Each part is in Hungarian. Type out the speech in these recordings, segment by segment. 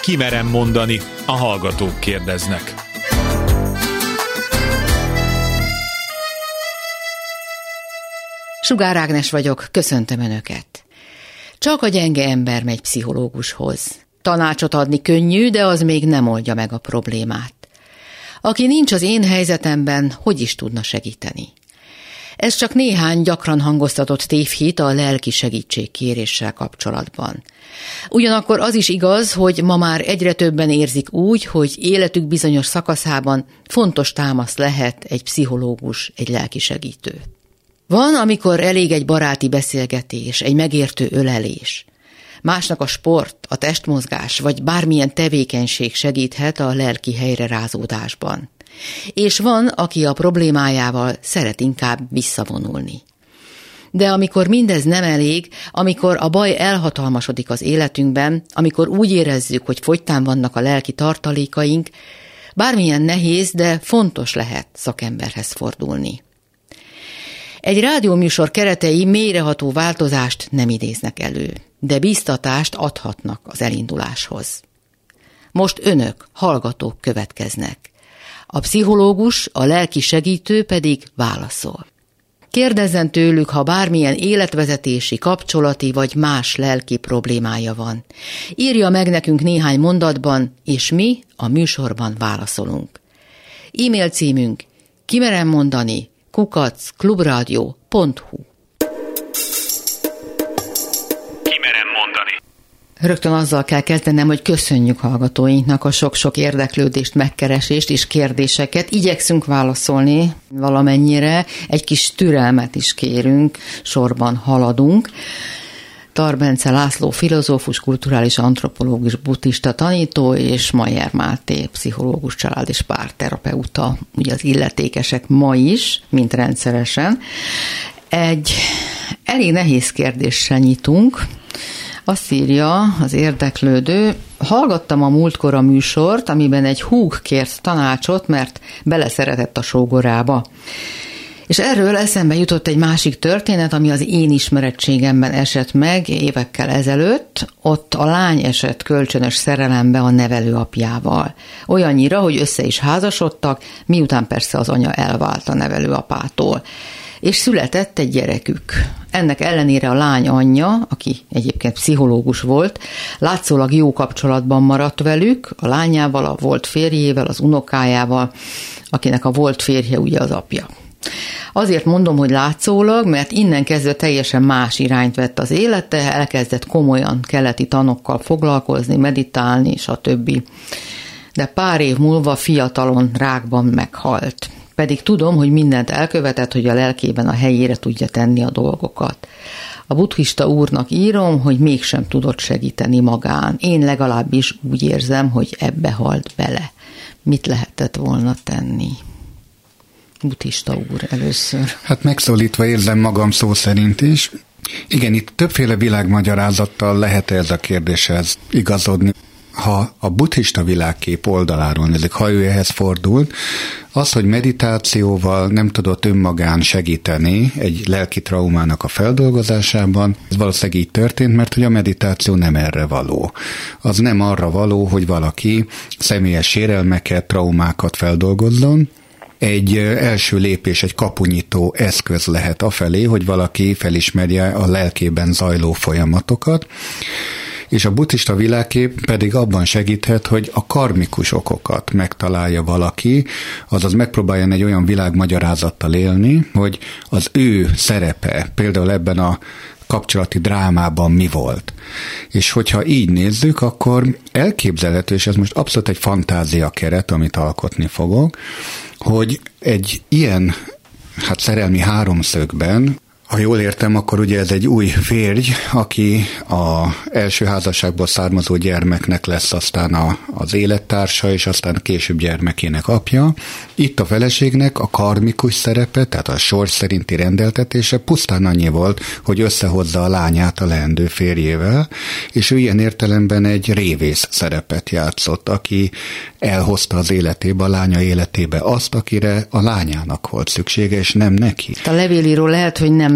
Kimerem mondani, a hallgatók kérdeznek. Sugár Ágnes vagyok, köszöntöm Önöket. Csak a gyenge ember megy pszichológushoz. Tanácsot adni könnyű, de az még nem oldja meg a problémát. Aki nincs az én helyzetemben, hogy is tudna segíteni? Ez csak néhány gyakran hangoztatott tévhit a lelki segítségkéréssel kapcsolatban. Ugyanakkor az is igaz, hogy ma már egyre többen érzik úgy, hogy életük bizonyos szakaszában fontos támasz lehet egy pszichológus, egy lelki segítő. Van, amikor elég egy baráti beszélgetés, egy megértő ölelés. Másnak a sport, a testmozgás vagy bármilyen tevékenység segíthet a lelki helyrerázódásban. És van, aki a problémájával szeret inkább visszavonulni. De amikor mindez nem elég, amikor a baj elhatalmasodik az életünkben, amikor úgy érezzük, hogy fogytán vannak a lelki tartalékaink, bármilyen nehéz, de fontos lehet szakemberhez fordulni. Egy rádióműsor keretei mélyreható változást nem idéznek elő, de bíztatást adhatnak az elinduláshoz. Most Önök, hallgatók következnek. A pszichológus, a lelki segítő pedig válaszol. Kérdezzen tőlük, ha bármilyen életvezetési, kapcsolati vagy más lelki problémája van. Írja meg nekünk néhány mondatban, és mi a műsorban válaszolunk. E-mail címünk kimeremmondani@klubradio.hu. Rögtön azzal kell kezdenem, hogy köszönjük hallgatóinknak a sok-sok érdeklődést, megkeresést és kérdéseket. Igyekszünk válaszolni valamennyire, egy kis türelmet is kérünk, sorban haladunk. Tar Bence László filozófus, kulturális antropológus, buddhista tanító, és Mayer Máté pszichológus, család- és párterapeuta, ugye az illetékesek ma is, mint rendszeresen. Egy elég nehéz kérdéssel nyitunk. Azt írja az érdeklődő: hallgattam a múltkor a műsort, amiben egy húg kért tanácsot, mert beleszeretett a sógorába. És erről eszembe jutott egy másik történet, ami az én ismerettségemben esett meg évekkel ezelőtt. Ott a lány esett kölcsönös szerelembe a nevelőapjával. Olyannyira, hogy össze is házasodtak, miután persze az anya elvált a nevelőapától. És született egy gyerekük. Ennek ellenére a lány anyja, aki egyébként pszichológus volt, látszólag jó kapcsolatban maradt velük, a lányával, a volt férjével, az unokájával, akinek a volt férje ugye az apja. Azért mondom, hogy látszólag, mert innen kezdve teljesen más irányt vett az élete, elkezdett komolyan keleti tanokkal foglalkozni, meditálni, stb. De pár év múlva fiatalon rákban meghalt. Pedig tudom, hogy mindent elkövetett, hogy a lelkében a helyére tudja tenni a dolgokat. A buddhista úrnak írom, hogy mégsem tudott segíteni magán. Én legalábbis úgy érzem, hogy ebbe halt bele. Mit lehetett volna tenni? Buddhista úr először. Hát megszólítva érzem magam szó szerint is. Igen, itt többféle világmagyarázattal lehet ez a kérdéshez igazodni. Ha a buddhista világkép oldaláról nézik, ha ő ehhez fordult, az, hogy meditációval nem tudott önmagán segíteni egy lelki traumának a feldolgozásában, ez valószínűleg így történt, mert hogy a meditáció nem erre való. Az nem arra való, hogy valaki személyes sérelmeket, traumákat feldolgozzon. Egy első lépés, egy kapunyító eszköz lehet afelé, hogy valaki felismerje a lelkében zajló folyamatokat, és a buddhista világkép pedig abban segíthet, hogy a karmikus okokat megtalálja valaki, azaz megpróbáljon egy olyan világmagyarázattal élni, hogy az ő szerepe például ebben a kapcsolati drámában mi volt. És hogyha így nézzük, akkor elképzelhető, és ez most abszolút egy fantázia keret, amit alkotni fogok, hogy egy ilyen szerelmi háromszögben, ha jól értem, akkor ugye ez egy új férj, aki az első házasságból származó gyermeknek lesz aztán az élettársa, és aztán később gyermekének apja. Itt a feleségnek a karmikus szerepe, tehát a sors szerinti rendeltetése pusztán annyi volt, hogy összehozza a lányát a leendő férjével, és ő ilyen értelemben egy révész szerepet játszott, aki elhozta az életébe, a lánya életébe azt, akire a lányának volt szüksége, és nem neki. A levélíró lehet, hogy nem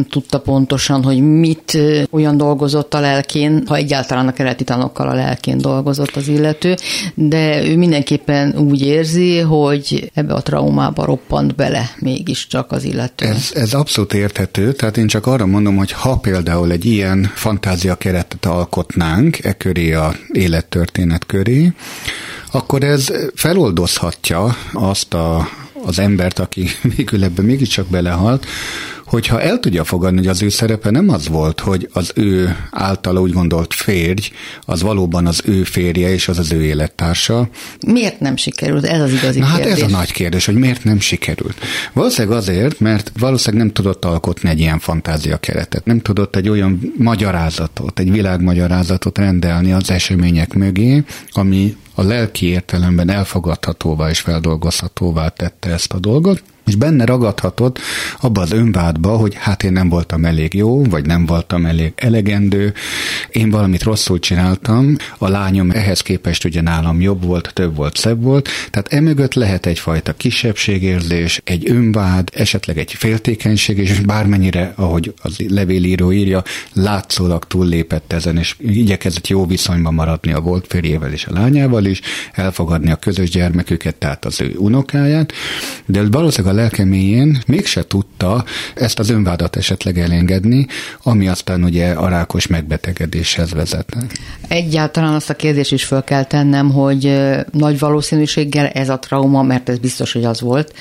nem tudta pontosan, hogy mit olyan dolgozott a lelkén, ha egyáltalán a keleti tanokkal a lelkén dolgozott az illető, de ő mindenképpen úgy érzi, hogy ebbe a traumába roppant bele mégiscsak az illető. Ez abszolút érthető, tehát én csak arra mondom, hogy ha például egy ilyen fantázia keretet alkotnánk köré a élettörténet köré, akkor ez feloldozhatja azt az embert, aki végül ebben mégiscsak belehalt, hogyha el tudja fogadni, hogy az ő szerepe nem az volt, hogy az ő általa úgy gondolt férj, az valóban az ő férje, és az ő élettársa. Miért nem sikerült? Ez az igazi kérdés. kérdés. Ez a nagy kérdés, hogy miért nem sikerült. Valószínűleg azért, mert valószínűleg nem tudott alkotni egy ilyen fantázia keretet. Nem tudott egy olyan magyarázatot, egy világmagyarázatot rendelni az események mögé, ami a lelki értelemben elfogadhatóvá és feldolgozhatóvá tette ezt a dolgot, és benne ragadhatott abba az önvádba, hogy hát én nem voltam elég jó, vagy nem voltam elég elegendő, én valamit rosszul csináltam, a lányom ehhez képest ugye nálam jobb volt, több volt, szebb volt, tehát emögött lehet egyfajta kisebbségérzés, egy önvád, esetleg egy féltékenység, és bármennyire, ahogy az levélíró írja, látszólag túllépett ezen, és igyekezett jó viszonyban maradni a volt férjével és a lányával is, elfogadni a közös gyermeküket, tehát az ő unokáját, de valószínűleg a lelke mélyén mégse tudta ezt az önvádat esetleg elengedni, ami aztán ugye a rákos megbetegedéshez vezetne. Egyáltalán azt a kérdést is föl kell tennem, hogy nagy valószínűséggel ez a trauma, mert ez biztos, hogy az volt,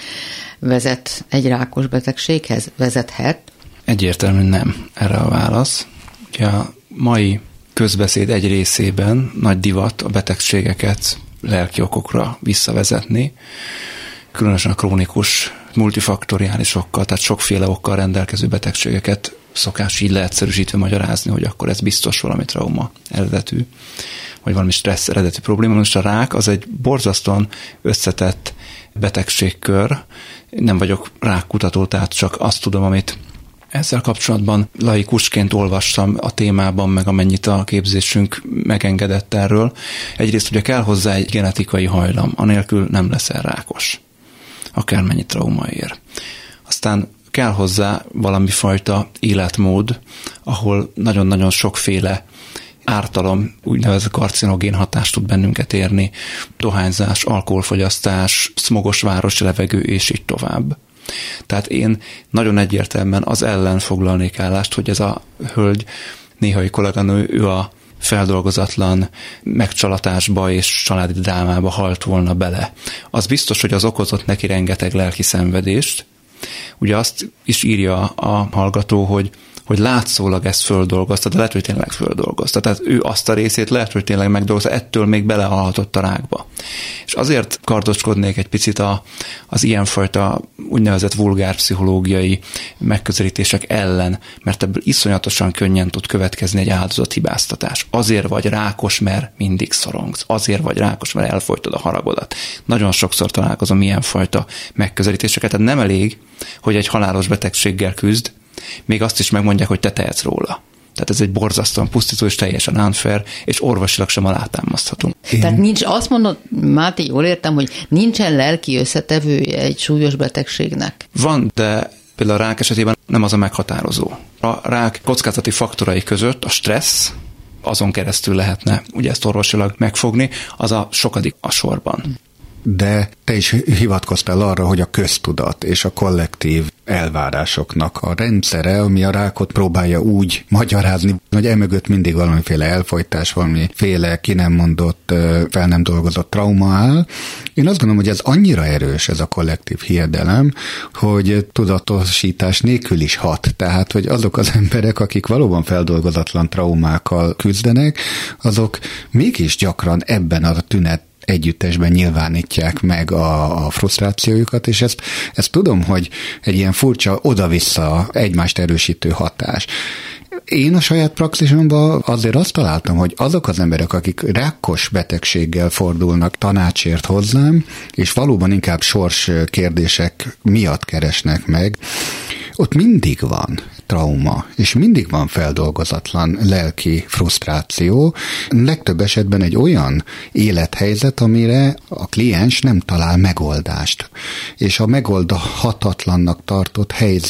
vezet egy rákos betegséghez? Vezethet? Egyértelműen nem erre a válasz. Ugye a mai közbeszéd egy részében nagy divat a betegségeket lelki okokra visszavezetni, különösen a krónikus multifaktoriális okkal, tehát sokféle okkal rendelkező betegségeket szokás így leegyszerűsítve magyarázni, hogy akkor ez biztos valami trauma eredetű, vagy valami stressz eredetű probléma. Most a rák az egy borzasztóan összetett betegségkör. Nem vagyok rákkutató, tehát csak azt tudom, amit ezzel kapcsolatban laikusként olvastam a témában, meg amennyit a képzésünk megengedett erről. Egyrészt ugye kell hozzá egy genetikai hajlam, anélkül nem leszel rákos, akármennyi trauma ér. Aztán kell hozzá valami fajta életmód, ahol nagyon-nagyon sokféle ártalom, úgynevezett karcinogén hatást tud bennünket érni, dohányzás, alkoholfogyasztás, szmogos városi levegő, és így tovább. Tehát én nagyon egyértelműen az ellen foglalnék állást, hogy ez a hölgy, néhai kolléganő, ő a feldolgozatlan megcsalatásba és családi drámába halt volna bele. Az biztos, hogy az okozott neki rengeteg lelki szenvedést. Ugye azt is írja a hallgató, hogy látszólag ezt földolgozta, de lehet, hogy tényleg földolgozta. Tehát ő azt a részét lehet, hogy tényleg megdolgozta, ettől még belehalhatott a rákba. És azért kardoskodnék egy picit az ilyenfajta úgynevezett vulgárpszichológiai megközelítések ellen, mert ebből iszonyatosan könnyen tud következni egy áldozathibáztatás. Azért vagy rákos, mert mindig szorongsz. Azért vagy rákos, mert elfojtod a haragodat. Nagyon sokszor találkozom ilyenfajta megközelítéseket. Tehát nem elég, hogy egy halálos betegséggel küzd, még azt is megmondják, hogy te tehetsz róla. Tehát ez egy borzasztóan pusztító és teljesen unfair, és orvosilag sem alátámasztható. Tehát nincs, azt mondod, Máté, jól értem, hogy nincsen lelki összetevője egy súlyos betegségnek? Van, de például a rák esetében nem az a meghatározó. A rák kockázati faktorai között a stressz, azon keresztül lehetne ugye ezt orvosilag megfogni, az a sokadik a sorban. De te is hivatkoztál arra, hogy a köztudat és a kollektív elvárásoknak a rendszere, ami a rákot próbálja úgy magyarázni, hogy emögött mindig valamiféle elfojtás, valamiféle ki nem mondott, fel nem dolgozott trauma áll. Én azt gondolom, hogy ez annyira erős, ez a kollektív hiedelem, hogy tudatosítás nélkül is hat. Tehát, hogy azok az emberek, akik valóban feldolgozatlan traumákkal küzdenek, azok mégis gyakran ebben a tünet együttesben nyilvánítják meg a frusztrációjukat, és ezt tudom, hogy egy ilyen furcsa oda-vissza egymást erősítő hatás. Én a saját praxisomban azért azt találtam, hogy azok az emberek, akik rákos betegséggel fordulnak tanácsért hozzám, és valóban inkább sors kérdések miatt keresnek meg, ott mindig van trauma, és mindig van feldolgozatlan lelki frusztráció. Legtöbb esetben egy olyan élethelyzet, amire a kliens nem talál megoldást. És a megoldhatatlannak tartott helyzet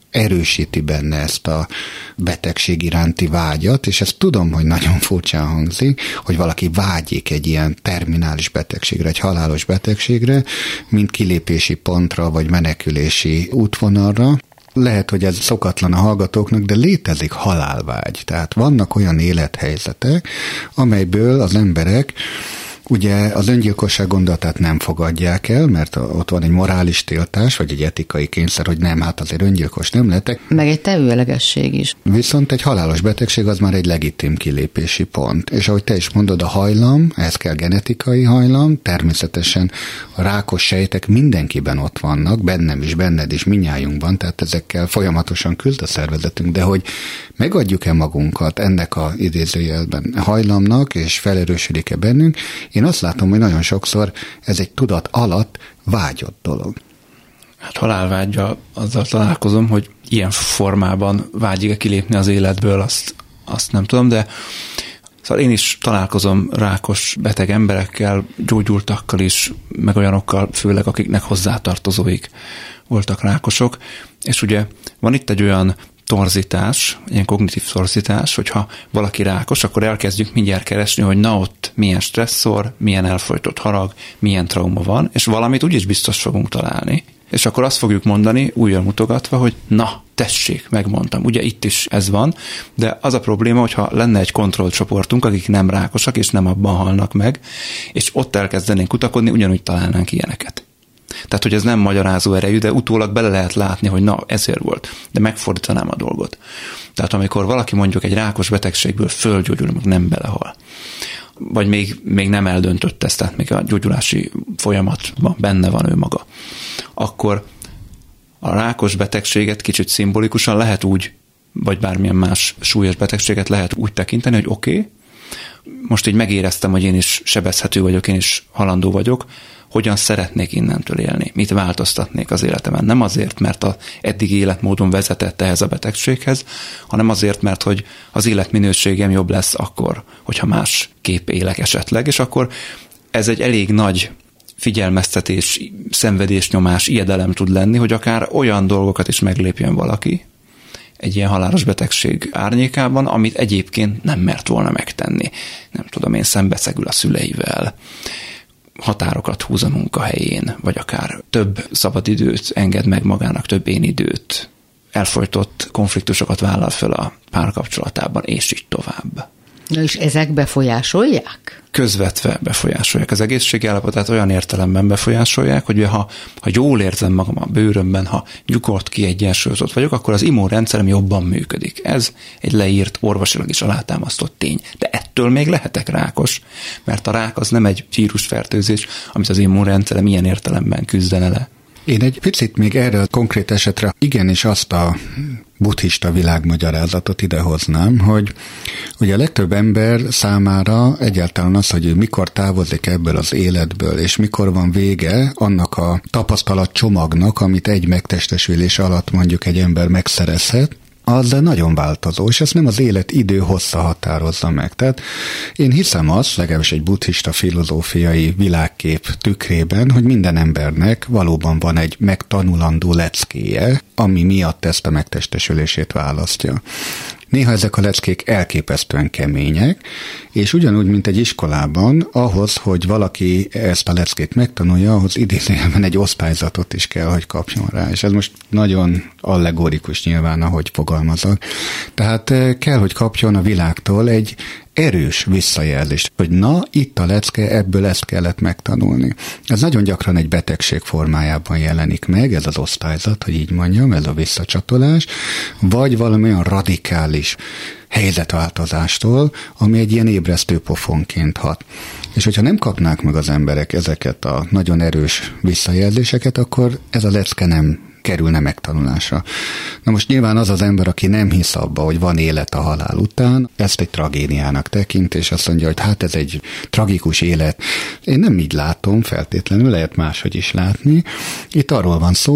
erősíti benne ezt a betegség iránti vágyat, és ezt tudom, hogy nagyon furcsán hangzik, hogy valaki vágyik egy ilyen terminális betegségre, egy halálos betegségre, mint kilépési pontra, vagy menekülési útvonalra. Lehet, hogy ez szokatlan a hallgatóknak, de létezik halálvágy. Tehát vannak olyan élethelyzetek, amelyből az emberek ugye az öngyilkosság gondolatát nem fogadják el, mert ott van egy morális tiltás, vagy egy etikai kényszer, hogy nem, hát azért öngyilkos nem lettek. Meg egy tevőlegesség is. Viszont egy halálos betegség az már egy legitim kilépési pont. És ahogy te is mondod, a hajlam, ehhez kell genetikai hajlam, természetesen a rákos sejtek mindenkiben ott vannak, bennem is, benned is, mindnyájunkban, tehát ezekkel folyamatosan küzd a szervezetünk, de hogy megadjuk-e magunkat ennek a idézőjelben hajlamnak, és felerősödik-e bennünk, én azt látom, hogy nagyon sokszor ez egy tudat alatt vágyott dolog. Hát halálvágya, azzal találkozom, hogy ilyen formában vágyik kilépni az életből, azt nem tudom, de szóval én is találkozom rákos beteg emberekkel, gyógyultakkal is, meg olyanokkal, főleg akiknek hozzátartozóik voltak rákosok, és ugye van itt egy olyan torzítás, ilyen kognitív torzítás, hogyha valaki rákos, akkor elkezdjük mindjárt keresni, hogy na ott milyen stresszor, milyen elfojtott harag, milyen trauma van, és valamit úgyis biztos fogunk találni. És akkor azt fogjuk mondani, újra mutogatva, hogy na, tessék, megmondtam. Ugye itt is ez van, de az a probléma, hogyha lenne egy kontrollcsoportunk, akik nem rákosak, és nem abban halnak meg, és ott elkezdenénk kutakodni, ugyanúgy találnánk ilyeneket. Tehát, hogy ez nem magyarázó erejű, de utólag bele lehet látni, hogy na, ezért volt. De megfordítanám a dolgot. Tehát amikor valaki mondjuk egy rákos betegségből fölgyógyul, meg nem belehal, vagy még nem eldöntött ezt, tehát még a gyógyulási folyamatban benne van ő maga, akkor a rákos betegséget kicsit szimbolikusan lehet úgy, vagy bármilyen más súlyos betegséget lehet úgy tekinteni, hogy oké, most így megéreztem, hogy én is sebezhető vagyok, én is halandó vagyok, hogyan szeretnék innentől élni, mit változtatnék az életemen. Nem azért, mert az eddigi életmódon vezetett ehhez a betegséghez, hanem azért, mert hogy az életminőségem jobb lesz akkor, hogyha másképp élek esetleg, és akkor ez egy elég nagy figyelmeztetés, szenvedésnyomás, ijedelem tud lenni, hogy akár olyan dolgokat is meglépjen valaki egy ilyen halálos betegség árnyékában, amit egyébként nem mert volna megtenni. Nem tudom, én szembeszegül a szüleivel, határokat húz a munkahelyén, vagy akár több szabadidőt enged meg magának, több én időt, elfojtott konfliktusokat vállal fel a párkapcsolatában, és így tovább. Na és ezek befolyásolják? Közvetve befolyásolják az egészségállapotát, olyan értelemben befolyásolják, hogy ha jól érzem magam a bőrömben, ha nyugodt, kiegyensúlyozott vagyok, akkor az immunrendszerem jobban működik. Ez egy leírt, orvosilag is alátámasztott tény. De ettől még lehetek rákos, mert a rák az nem egy vírusfertőzés, amit az immunrendszerem ilyen értelemben küzdene le. Én egy picit még erre a konkrét esetre igenis azt a buddhista világmagyarázatot idehoznám, hogy ugye a legtöbb ember számára egyáltalán az, hogy ő mikor távozik ebből az életből, és mikor van vége annak a tapasztalat csomagnak, amit egy megtestesülés alatt mondjuk egy ember megszerezhet, az nagyon változó, és ezt nem az élet idő hossza határozza meg. Tehát én hiszem azt, legalábbis egy buddhista filozófiai világkép tükrében, hogy minden embernek valóban van egy megtanulandó leckéje, ami miatt ezt a megtestesülését választja. Néha ezek a leckék elképesztően kemények, és ugyanúgy, mint egy iskolában, ahhoz, hogy valaki ezt a leckét megtanulja, ahhoz idézőjelben egy osztályzatot is kell, hogy kapjon rá. És ez most nagyon allegorikus nyilván, ahogy fogalmazok. Tehát kell, hogy kapjon a világtól egy erős visszajelzést, hogy na, itt a lecke, ebből ezt kellett megtanulni. Ez nagyon gyakran egy betegség formájában jelenik meg, ez az osztályzat, hogy így mondjam, ez a visszacsatolás, vagy valami olyan radikális helyzetváltozástól, ami egy ilyen ébresztő pofonként hat. És hogyha nem kapnák meg az emberek ezeket a nagyon erős visszajelzéseket, akkor ez a lecke nem kerülne megtanulásra. Na most nyilván az az ember, aki nem hisz abba, hogy van élet a halál után, ezt egy tragédiának tekint, és azt mondja, hogy hát ez egy tragikus élet. Én nem így látom feltétlenül, lehet máshogy is látni. Itt arról van szó,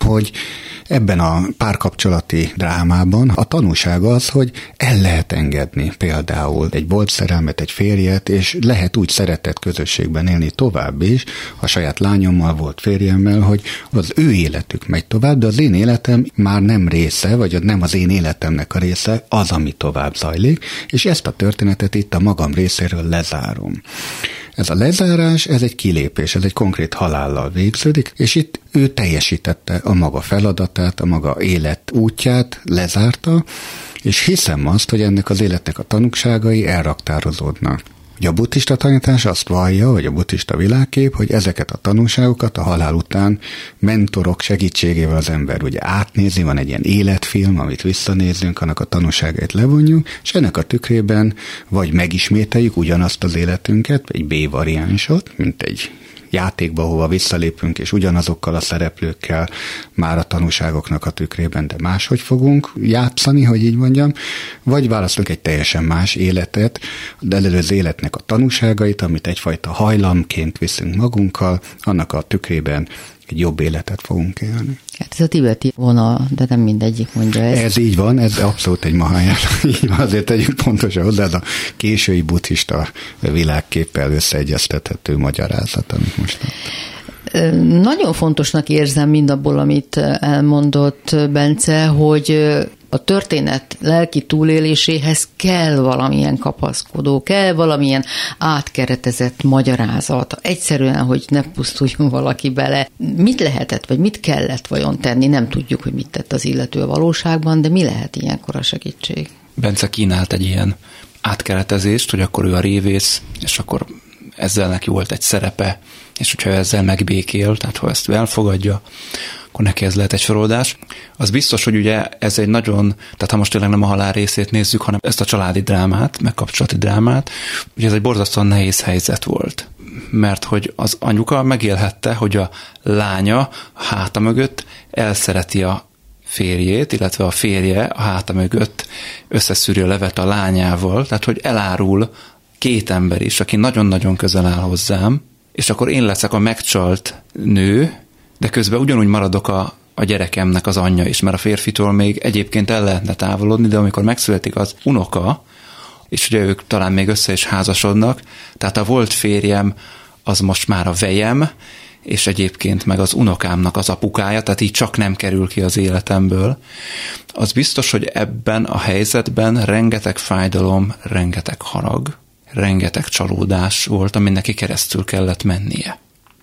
hogy ebben a párkapcsolati drámában a tanúság az, hogy el lehet engedni például egy bolt szerelmet, egy férjet, és lehet úgy szeretett közösségben élni tovább is, a saját lányommal volt férjemmel, hogy az ő életük megy tovább, de az én életem már nem része, vagy nem az én életemnek a része az, ami tovább zajlik, és ezt a történetet itt a magam részéről lezárom. Ez a lezárás, ez egy kilépés, ez egy konkrét halállal végződik, és itt ő teljesítette a maga feladatát, a maga élet útját, lezárta, és hiszem azt, hogy ennek az életnek a tanúságai elraktározódnak. Ugye a buddhista tanítás azt vallja, vagy a buddhista világkép, hogy ezeket a tanúságokat a halál után mentorok segítségével az ember ugye átnézi, van egy ilyen életfilm, amit visszanézzünk, annak a tanúságait levonjuk, és ennek a tükrében vagy megismételjük ugyanazt az életünket, egy B-variánsot, mint egy játékba, hova visszalépünk, és ugyanazokkal a szereplőkkel már a tanúságoknak a tükrében, de máshogy fogunk játszani, hogy így mondjam, vagy választunk egy teljesen más életet, de előző életnek a tanúságait, amit egyfajta hajlamként viszünk magunkkal, annak a tükrében egy jobb életet fogunk élni. Hát ez a tibeti vonal, de nem mindegyik mondja ezt. Ez így van, ez abszolút egy mahaján. Azért tegyük pontosan hozzá, ez a késői buddhista világképpel összeegyeztethető magyarázat, amit most láttam. Nagyon fontosnak érzem mindabból, amit elmondott Bence, hogy a történet lelki túléléséhez kell valamilyen kapaszkodó, kell valamilyen átkeretezett magyarázat. Egyszerűen, hogy ne pusztuljon valaki bele. Mit lehetett, vagy mit kellett vajon tenni? Nem tudjuk, hogy mit tett az illető a valóságban, de mi lehet ilyenkor a segítség? Bence kínált egy ilyen átkeretezést, hogy akkor ő a révész, és akkor ezzel neki volt egy szerepe, és hogyha ezzel megbékél, tehát ha ezt elfogadja, akkor neki ez lehet egy feloldás. Az biztos, hogy ugye ez egy nagyon, tehát ha most tényleg nem a halál részét nézzük, hanem ezt a családi drámát, meg kapcsolati drámát, ugye ez egy borzasztóan nehéz helyzet volt. Mert hogy az anyuka megélhette, hogy a lánya háta mögött elszereti a férjét, illetve a férje a háta mögött összeszűri a levet a lányával, tehát hogy elárul két ember is, aki nagyon-nagyon közel áll hozzám, és akkor én leszek a megcsalt nő, de közben ugyanúgy maradok a gyerekemnek az anyja is, mert a férfitől még egyébként el lehetne távolodni, de amikor megszületik az unoka, és ugye ők talán még össze is házasodnak, tehát a volt férjem az most már a vejem, és egyébként meg az unokámnak az apukája, tehát így csak nem kerül ki az életemből. Az biztos, hogy ebben a helyzetben rengeteg fájdalom, rengeteg harag, rengeteg csalódás volt, amin neki keresztül kellett mennie.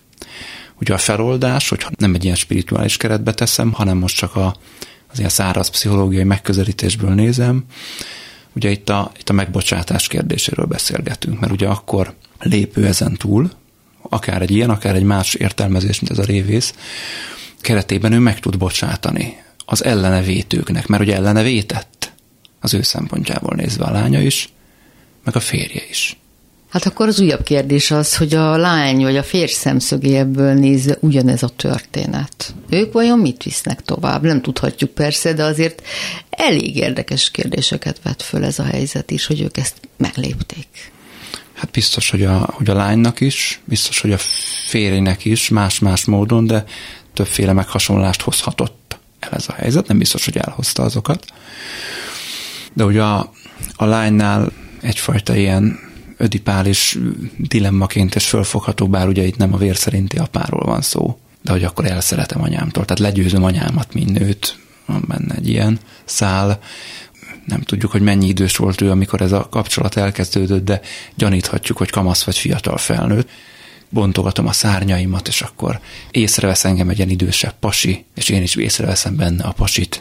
Ugye a feloldás, hogy nem egy ilyen spirituális keretbe teszem, hanem most csak az ilyen száraz pszichológiai megközelítésből nézem, ugye itt a megbocsátás kérdéséről beszélgetünk, mert ugye akkor lépő ezen túl, akár egy ilyen, akár egy más értelmezés, mint ez a révész, keretében ő meg tud bocsátani az ellene vétőknek, mert ugye ellene vétett az ő szempontjából nézve a lánya is, meg a férje is. Hát akkor az újabb kérdés az, hogy a lány vagy a férj szemszögéből nézve ugyanez a történet. Ők vajon mit visznek tovább? Nem tudhatjuk persze, de azért elég érdekes kérdéseket vet föl ez a helyzet is, hogy ők ezt meglépték. Hát biztos, hogy a lánynak is, biztos, hogy a férjnek is más-más módon, de többféle meghasonlást hozhatott el ez a helyzet. Nem biztos, hogy elhozta azokat. De ugye a lánynál egyfajta ilyen ödipális dilemmaként és fölfogható, bár ugye itt nem a vér szerinti apáról van szó, de hogy akkor elszeretem anyámtól, tehát legyőzöm anyámat, mint nőt, van benne egy ilyen szál. Nem tudjuk, hogy mennyi idős volt ő, amikor ez a kapcsolat elkezdődött, de gyaníthatjuk, hogy kamasz vagy fiatal felnőtt. Bontogatom a szárnyaimat, és akkor észrevesz engem egy ilyen idősebb pasi, és én is észreveszem benne a pasit.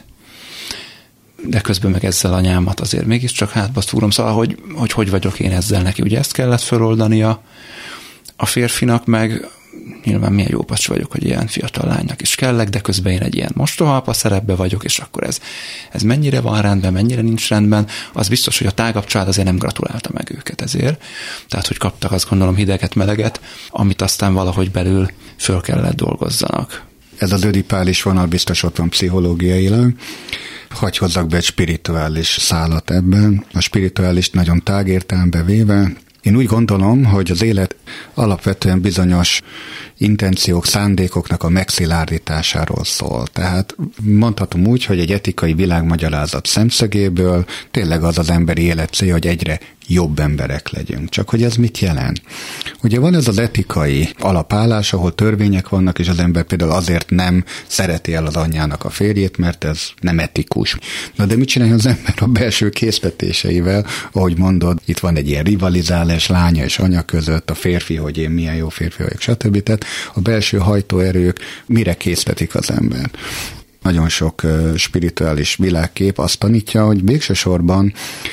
De közben meg ezzel anyámat azért mégiscsak hátba szúrom, szóval, hogy vagyok én ezzel neki. Ugye ezt kellett feloldania a férfinak, meg nyilván milyen jó pacsi vagyok, hogy ilyen fiatal lánynak is kellek, de közben én egy ilyen mostohaapa szerepbe vagyok, és akkor ez mennyire van rendben, mennyire nincs rendben. Az biztos, hogy a tágabb család azért nem gratulálta meg őket ezért. Tehát, hogy kaptak azt gondolom hideget, meleget, amit aztán valahogy belül föl kellett dolgozzanak. Ez az ödipális vonal biztos ott van pszichológiailag. Hagy hozzak be egy spirituális szálat ebben. A spirituális nagyon tág értelembe véve. Én úgy gondolom, hogy az élet alapvetően bizonyos intenciók, szándékoknak a megszilárdításáról szól. Tehát mondhatom úgy, hogy egy etikai világmagyarázat szemszögéből tényleg az az emberi élet célja, hogy egyre jobb emberek legyünk. Csak hogy ez mit jelent? Ugye van ez az etikai alapállás, ahol törvények vannak, és az ember például azért nem szereti el az anyjának a férjét, mert ez nem etikus. Na de mit csinálja az ember a belső késztetéseivel, ahogy mondod, itt van egy ilyen rivalizálás lánya és anya között, a férfi, hogy én milyen jó férfi vagyok, stb. Tehát a belső hajtóerők mire késztetik az ember. Nagyon sok spirituális világkép azt tanítja, hogy végső sorban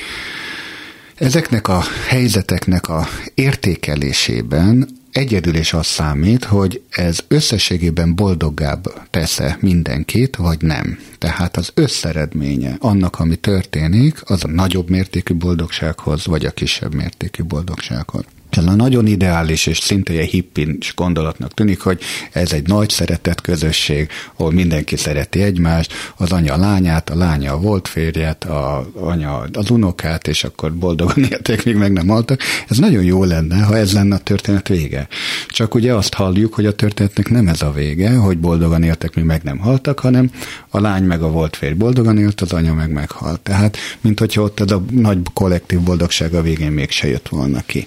ezeknek a helyzeteknek a értékelésében egyedül is az számít, hogy ez összességében boldoggább tesz-e mindenkit, vagy nem. Tehát az összeredménye annak, ami történik, az a nagyobb mértékű boldogsághoz, vagy a kisebb mértékű boldogsághoz. Ez a nagyon ideális és szinte egy hippis gondolatnak tűnik, hogy ez egy nagy szeretett közösség, ahol mindenki szereti egymást, az anya a lányát, a lánya a volt férjet, a anya az unokát, és akkor boldogan éltek, még meg nem haltak. Ez nagyon jó lenne, ha ez lenne a történet vége. Csak ugye azt halljuk, hogy a történetnek nem ez a vége, hogy boldogan éltek, még meg nem haltak, hanem a lány meg a volt férj boldogan élt, az anya meg meghalt. Tehát, mint hogyha ott ez a nagy kollektív boldogság a végén mégse jött volna ki.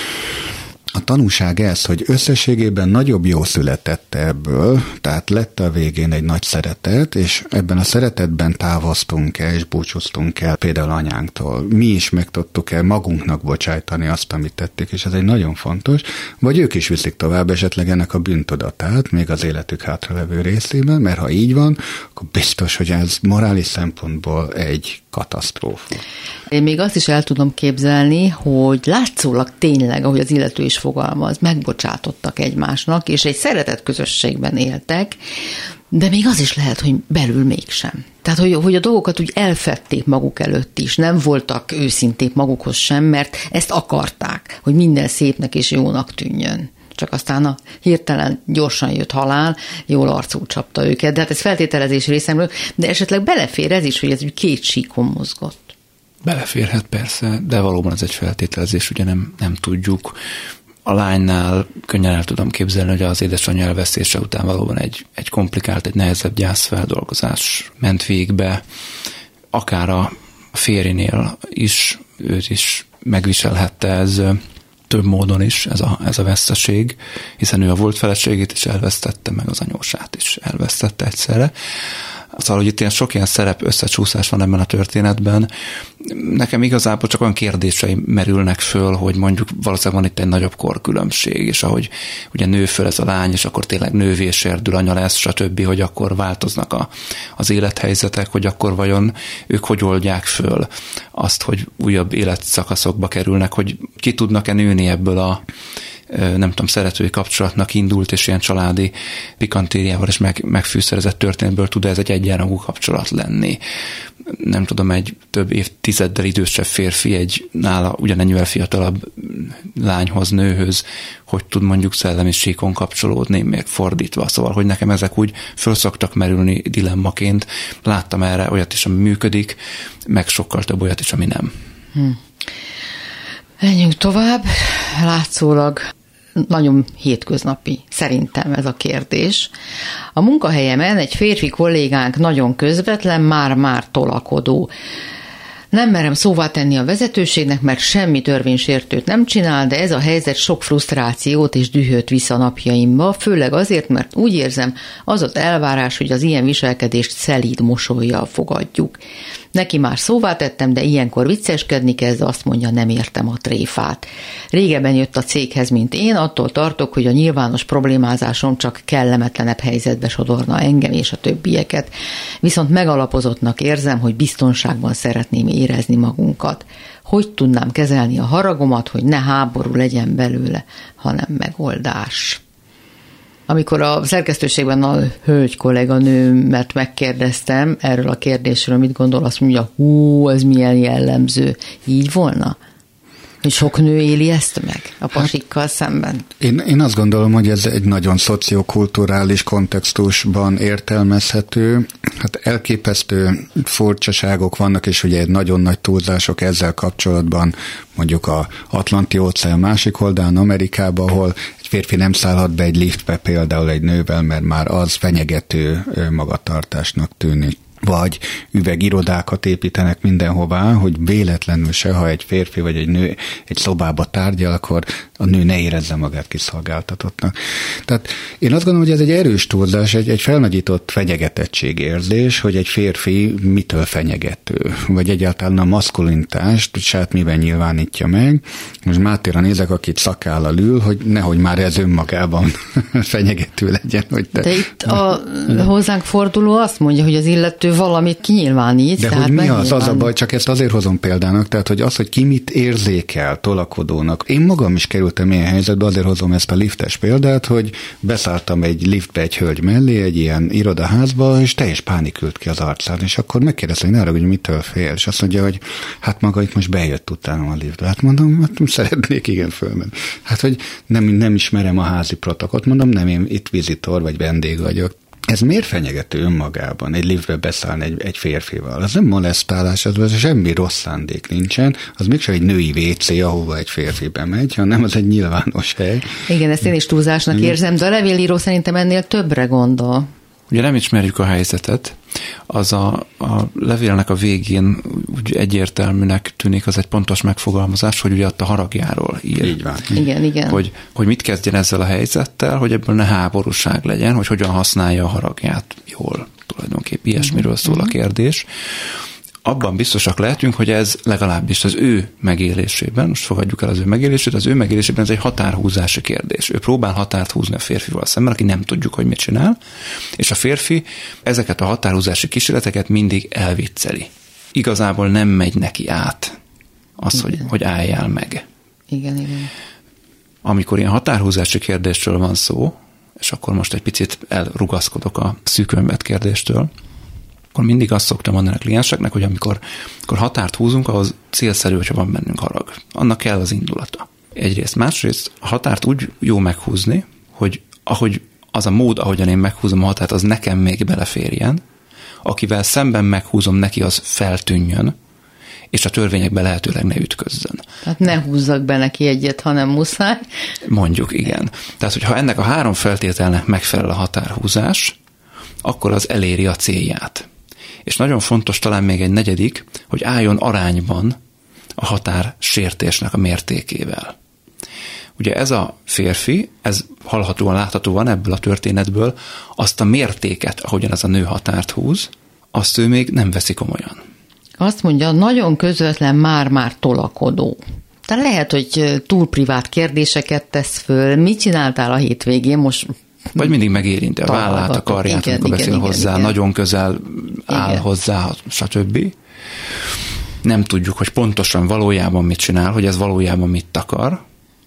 A tanúság ez, hogy összességében nagyobb jó született ebből, tehát lett a végén egy nagy szeretet, és ebben a szeretetben távoztunk el, és búcsúztunk el például anyánktól. Mi is meg tudtuk el magunknak bocsájtani azt, amit tettük, és ez egy nagyon fontos, vagy ők is viszik tovább esetleg ennek a bűntudatát, még az életük hátralevő részében, mert ha így van, akkor biztos, hogy ez morális szempontból egy katasztrófa. Én még azt is el tudom képzelni, hogy látszólag tényleg, ahogy az illető is fogalmaz, megbocsátottak egymásnak, és egy szeretett közösségben éltek, de még az is lehet, hogy belül mégsem. Tehát, hogy a dolgokat úgy elfedték maguk előtt is, nem voltak őszinték magukhoz sem, mert ezt akarták, hogy minden szépnek és jónak tűnjön. Csak aztán a hirtelen gyorsan jött halál, jól arcul csapta őket, de hát ez feltételezés részemről, de esetleg belefér ez is, hogy ez úgy két síkon mozgott. Beleférhet persze, de valóban ez egy feltételezés, ugye nem tudjuk. A lánynál könnyen el tudom képzelni, hogy az édesanyja elvesztése után valóban egy komplikált, egy nehezebb gyászfeldolgozás ment végbe. Akár a férjénél is, őt is megviselhette ez több módon is, ez a veszteség, hiszen ő a volt feleségét is elvesztette, meg az anyósát is elvesztette egyszerre. Szóval, hogy itt ilyen sok ilyen szerep összecsúszás van ebben a történetben. Nekem igazából csak olyan kérdéseim merülnek föl, hogy mondjuk valószínűleg van itt egy nagyobb korkülönbség, és ahogy ugye nő föl ez a lány, és akkor tényleg nővé sérdül, anya lesz, stb., hogy akkor változnak az élethelyzetek, hogy akkor vajon ők hogy oldják föl azt, hogy újabb életszakaszokba kerülnek, hogy ki tudnak-e nőni ebből a nem tudom, szeretői kapcsolatnak indult, és ilyen családi pikantériával és megfűszerezett történetből tud ez egy egyenrangú kapcsolat lenni. Nem tudom, egy több évtizeddel idősebb férfi egy nála ugyanennyivel fiatalabb lányhoz, nőhöz, hogy tud mondjuk szellemi síkon kapcsolódni, még fordítva. Szóval, hogy nekem ezek úgy föl szoktak merülni dilemmaként. Láttam erre olyat is, ami működik, meg sokkal több olyat is, ami nem. Menjünk tovább. Látszólag nagyon hétköznapi, szerintem ez a kérdés. A munkahelyemen egy férfi kollégánk nagyon közvetlen, már tolakodó. Nem merem szóvá tenni a vezetőségnek, mert semmi törvénysértőt nem csinál, de ez a helyzet sok frusztrációt és dühöt visz a napjaimba, főleg azért, mert úgy érzem, az az elvárás, hogy az ilyen viselkedést szelíd mosollyal fogadjuk. Neki már szóvá tettem, de ilyenkor vicceskedni kezd, azt mondja, nem értem a tréfát. Régebben jött a céghez, mint én, attól tartok, hogy a nyilvános problémázásom csak kellemetlenebb helyzetbe sodorna engem és a többieket. Viszont megalapozottnak érzem, hogy biztonságban szeretném érezni magunkat. Hogy tudnám kezelni a haragomat, hogy ne háború legyen belőle, hanem megoldás. Amikor a szerkesztőségben a hölgy kolléganőmet megkérdeztem erről a kérdésről, mit gondol, azt mondja, ez milyen jellemző. Így volna? Hogy sok nő éli ezt meg a pasikkal szemben? Én azt gondolom, hogy ez egy nagyon szociokulturális kontextusban értelmezhető. Hát elképesztő furcsaságok vannak, és ugye nagyon nagy túlzások ezzel kapcsolatban, mondjuk a Atlanti-óceán másik oldalán, Amerikában, ahol egy férfi nem szállhat be egy liftbe például egy nővel, mert már az fenyegető magatartásnak tűnik. Vagy üvegirodákat építenek mindenhová, hogy véletlenül se, ha egy férfi vagy egy nő egy szobába tárgyal, akkor a nő ne érezze magát kiszolgáltatottnak. Tehát én azt gondolom, hogy ez egy erős túlzás, egy felnagyított fenyegetettségérzés, hogy egy férfi mitől fenyegető, vagy egyáltalán a maszkulinitást saját miben nyilvánítja meg. Most Mátéra nézek, akit szakállal ül, hogy nehogy már ez önmagában fenyegető legyen. Hogy de itt a hozzánk forduló azt mondja, hogy az illető valamit kinyilvánít. De hogy mi az a baj, csak ezt azért hozom példának, tehát hogy az, hogy ki mit érzékel tolakodónak. Én magam is kerültem ilyen helyzetbe, azért hozom ezt a liftes példát, hogy beszálltam egy liftbe egy hölgy mellé, egy ilyen irodaházba, és teljes pánik ült ki az arcán, és akkor megkérdezte, hogy ne arra, hogy mitől fél, és azt mondja, hogy hát maga itt most bejött utánam a liftbe. Hát mondom, hát szeretnék igen fölmenni. Hát, hogy nem ismerem a házi protokollt, mondom, nem, én itt vizitor vagy vendég vagyok. Ez miért fenyegető önmagában egy liftbe beszállni egy férfival? Az nem molesztálás, az semmi rossz szándék nincsen, az mégsem egy női WC, ahova egy férfi bemegy, hanem az egy nyilvános hely. Igen, ezt én is túlzásnak érzem, de a levélíró szerintem ennél többre gondol. Ugye nem ismerjük a helyzetet, az a levélnek a végén úgy egyértelműnek tűnik, az egy pontos megfogalmazás, hogy ugye ott a haragjáról ír. Így van. Igen. Hogy mit kezdjen ezzel a helyzettel, hogy ebből ne háborúság legyen, hogy hogyan használja a haragját jól. Tulajdonképpen ilyesmiről szól a kérdés. Abban biztosak lehetünk, hogy ez legalábbis az ő megélésében, most fogadjuk el az ő megélését, az ő megélésében ez egy határhúzási kérdés. Ő próbál határt húzni a férfival szemben, aki nem tudjuk, hogy mit csinál, és a férfi ezeket a határhúzási kísérleteket mindig elvicceli. Igazából nem megy neki át az, hogy álljál meg. Igen. Amikor ilyen határhúzási kérdésről van szó, és akkor most egy picit elrugaszkodok a szűkönvet kérdéstől, akkor mindig azt szoktam mondani a klienseknek, hogy amikor határt húzunk, ahhoz célszerű, hogyha van bennünk harag. Annak kell az indulata. Egyrészt. Másrészt a határt úgy jó meghúzni, hogy ahogy az a mód, ahogyan én meghúzom a határt, az nekem még beleférjen, akivel szemben meghúzom, neki az feltűnjön, és a törvényekbe lehetőleg ne ütközzön. Tehát ne húzzak be neki egyet, hanem muszáj. Mondjuk, igen. Tehát, hogyha ennek a 3 feltételnek megfelel a határhúzás, akkor az eléri a célját. És nagyon fontos talán még egy 4., hogy álljon arányban a határsértésnek a mértékével. Ugye ez a férfi, ez hallhatóan, láthatóan ebből a történetből, azt a mértéket, ahogyan ez a nő határt húz, azt ő még nem veszi komolyan. Azt mondja, nagyon közvetlen már tolakodó. Tehát lehet, hogy túl privát kérdéseket tesz föl. Mit csináltál a hétvégén? Most vagy mindig megérinti a vállát, a karját, amikor beszél hozzá, igen. Nagyon közel áll hozzá, stb. Nem tudjuk, hogy pontosan valójában mit csinál, hogy ez valójában mit akar,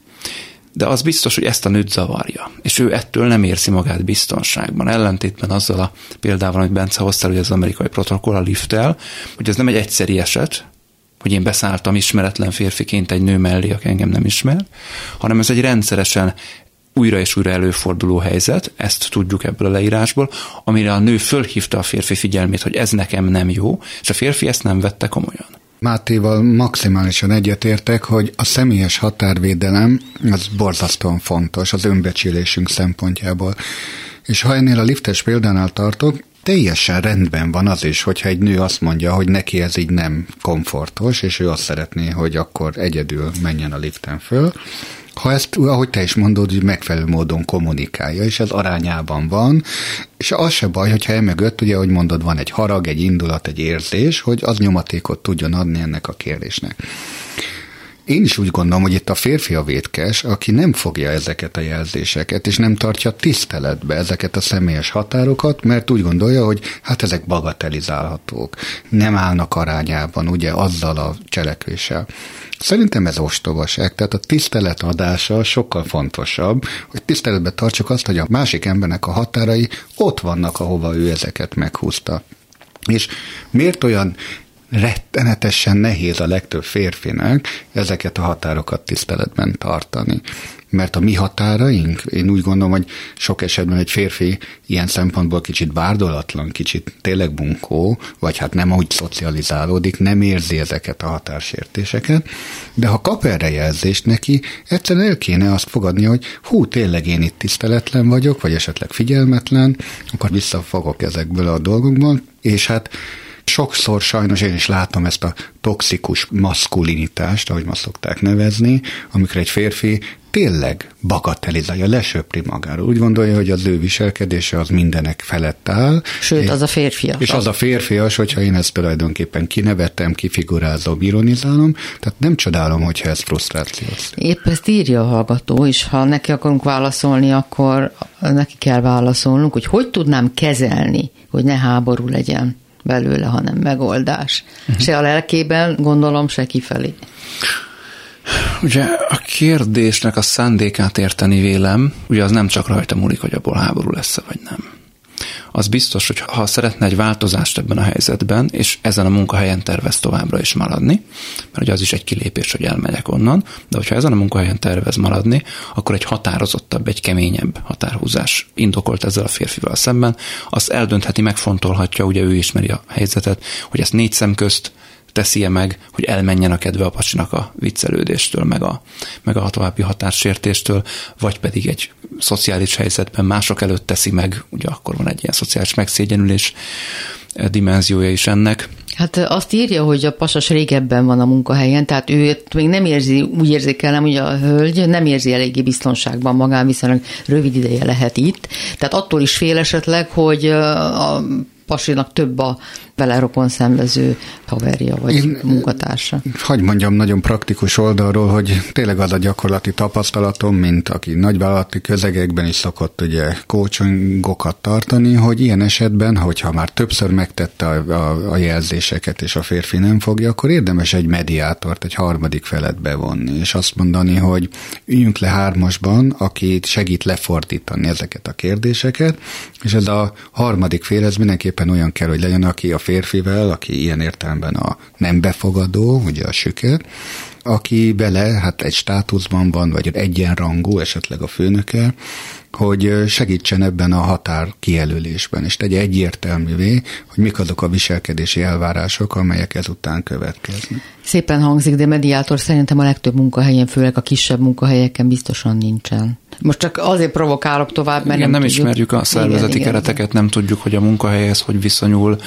de az biztos, hogy ezt a nőt zavarja, és ő ettől nem érzi magát biztonságban. Ellentétben azzal a példával, amit Bence hoztál, hogy ez az amerikai protokoll, a lifttel, hogy ez nem egy egyszeri eset, hogy én beszálltam ismeretlen férfiként egy nő mellé, aki engem nem ismer, hanem ez egy rendszeresen újra és újra előforduló helyzet, ezt tudjuk ebből a leírásból, amire a nő fölhívta a férfi figyelmét, hogy ez nekem nem jó, és a férfi ezt nem vette komolyan. Mátéval maximálisan egyetértek, hogy a személyes határvédelem az borzasztóan fontos az önbecsülésünk szempontjából. És ha ennél a liftes példánál tartok, teljesen rendben van az is, hogyha egy nő azt mondja, hogy neki ez így nem komfortos, és ő azt szeretné, hogy akkor egyedül menjen a liften föl. Ha ezt, ahogy te is mondod, hogy megfelelő módon kommunikálja, és ez arányában van, és az se baj, hogyha emögött, ugye, ahogy mondod, van egy harag, egy indulat, egy érzés, hogy az nyomatékot tudjon adni ennek a kérdésnek. Én is úgy gondolom, hogy itt a férfi a vétkes, aki nem fogja ezeket a jelzéseket, és nem tartja tiszteletbe ezeket a személyes határokat, mert úgy gondolja, hogy hát ezek bagatelizálhatók, nem állnak arányában, ugye, azzal a cselekvéssel. Szerintem ez ostobaság, tehát a tisztelet adása sokkal fontosabb, hogy tiszteletbe tartsuk azt, hogy a másik embernek a határai ott vannak, ahova ő ezeket meghúzta. És miért olyan rettenetesen nehéz a legtöbb férfinek ezeket a határokat tiszteletben tartani. Mert a mi határaink, én úgy gondolom, hogy sok esetben egy férfi ilyen szempontból kicsit bárdolatlan, kicsit tényleg bunkó, vagy hát nem úgy szocializálódik, nem érzi ezeket a határsértéseket, de ha kap erre jelzést neki, egyszerűen el kéne azt fogadnia, hogy tényleg én itt tiszteletlen vagyok, vagy esetleg figyelmetlen, akkor visszafogok ezekből a dolgokból, és hát sokszor sajnos én is látom ezt a toxikus maszkulinitást, ahogy ma szokták nevezni, amikor egy férfi tényleg bagatelizálja, lesöpri magáról. Úgy gondolja, hogy az ő viselkedése az mindenek felett áll. Sőt, az a férfias. És az a férfias, hogyha én ezt tulajdonképpen kinevetem, kifigurázom, ironizálom, tehát nem csodálom, hogyha ez frusztrációs. Épp ezt írja a hallgató, és ha neki akarunk válaszolni, akkor neki kell válaszolnunk, hogy tudnám kezelni, hogy ne háború legyen belőle, hanem megoldás. Se a lelkében, gondolom, se kifelé. Ugye a kérdésnek a szándékát érteni vélem, ugye az nem csak rajta múlik, hogy abból háború lesz-e, vagy nem. Az biztos, hogy ha szeretne egy változást ebben a helyzetben, és ezen a munkahelyen tervez továbbra is maradni, mert ugye az is egy kilépés, hogy elmegyek onnan, de hogyha ezen a munkahelyen tervez maradni, akkor egy határozottabb, egy keményebb határhúzás indokolt ezzel a férfival szemben. Azt eldöntheti, megfontolhatja, ugye ő ismeri a helyzetet, hogy ezt 4 szem közt teszi-e meg, hogy elmenjen a kedve a pasinak a viccelődéstől, meg a további határsértéstől, vagy pedig egy szociális helyzetben mások előtt teszi meg, ugye akkor van egy ilyen szociális megszégyenülés dimenziója is ennek. Hát azt írja, hogy a pasas régebben van a munkahelyen, tehát ő még nem érzi, úgy érzékelem, hogy a hölgy nem érzi eléggé biztonságban magán, viszonylag rövid ideje lehet itt. Tehát attól is fél esetleg, hogy a pasinak több a vele rokon szenvező haverja vagy munkatársa. Hagy mondjam nagyon praktikus oldalról, hogy tényleg az a gyakorlati tapasztalatom, mint aki nagyvállalati közegekben is szokott ugye coachingokat tartani, hogy ilyen esetben, hogyha már többször megtette a jelzéseket, és a férfi nem fogja, akkor érdemes egy mediátort, egy harmadik felet bevonni, és azt mondani, hogy üljünk le 3-asban, aki segít lefordítani ezeket a kérdéseket, és ez a harmadik fél, ez mindenképpen olyan kell, hogy legyen, aki a férfivel, aki ilyen értelemben a nem befogadó, ugye a süket, aki bele, hát egy státuszban van, vagy egyenrangú, esetleg a főnöke, hogy segítsen ebben a határ kijelölésben, és tegye egyértelművé, hogy mik azok a viselkedési elvárások, amelyek ezután következnek. Szépen hangzik, de mediátor szerintem a legtöbb munkahelyen, főleg a kisebb munkahelyeken biztosan nincsen. Most csak azért provokálok tovább, mert igen, nem ismerjük a szervezeti kereteket, nem tudjuk, hogy a munkahelyhez hogy viszonyul.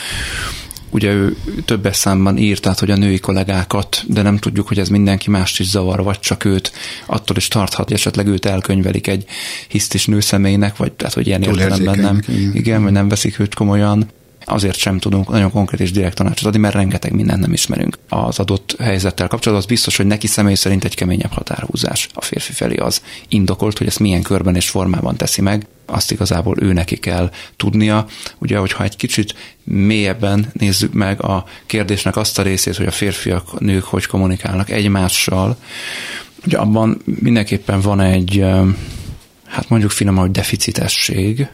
Ugye ő többes számban írt, tehát, hogy a női kollégákat, de nem tudjuk, hogy ez mindenki mást is zavar, vagy csak őt, attól is tarthat, hogy esetleg őt elkönyvelik egy hisztis nőszemélynek, vagy tehát, hogy ilyen értelemben nem, igen, vagy nem veszik őt komolyan. Azért sem tudunk nagyon konkrét és direkt tanácsot adni, mert rengeteg mindent nem ismerünk az adott helyzettel kapcsolatban. Az biztos, hogy neki személy szerint egy keményebb határhúzás a férfi felé az indokolt, hogy ezt milyen körben és formában teszi meg, azt igazából ő neki kell tudnia. Ugye, hogyha egy kicsit mélyebben nézzük meg a kérdésnek azt a részét, hogy a férfiak, a nők hogy kommunikálnak egymással, ugye abban mindenképpen van egy, hát mondjuk finoman, hogy deficitesség,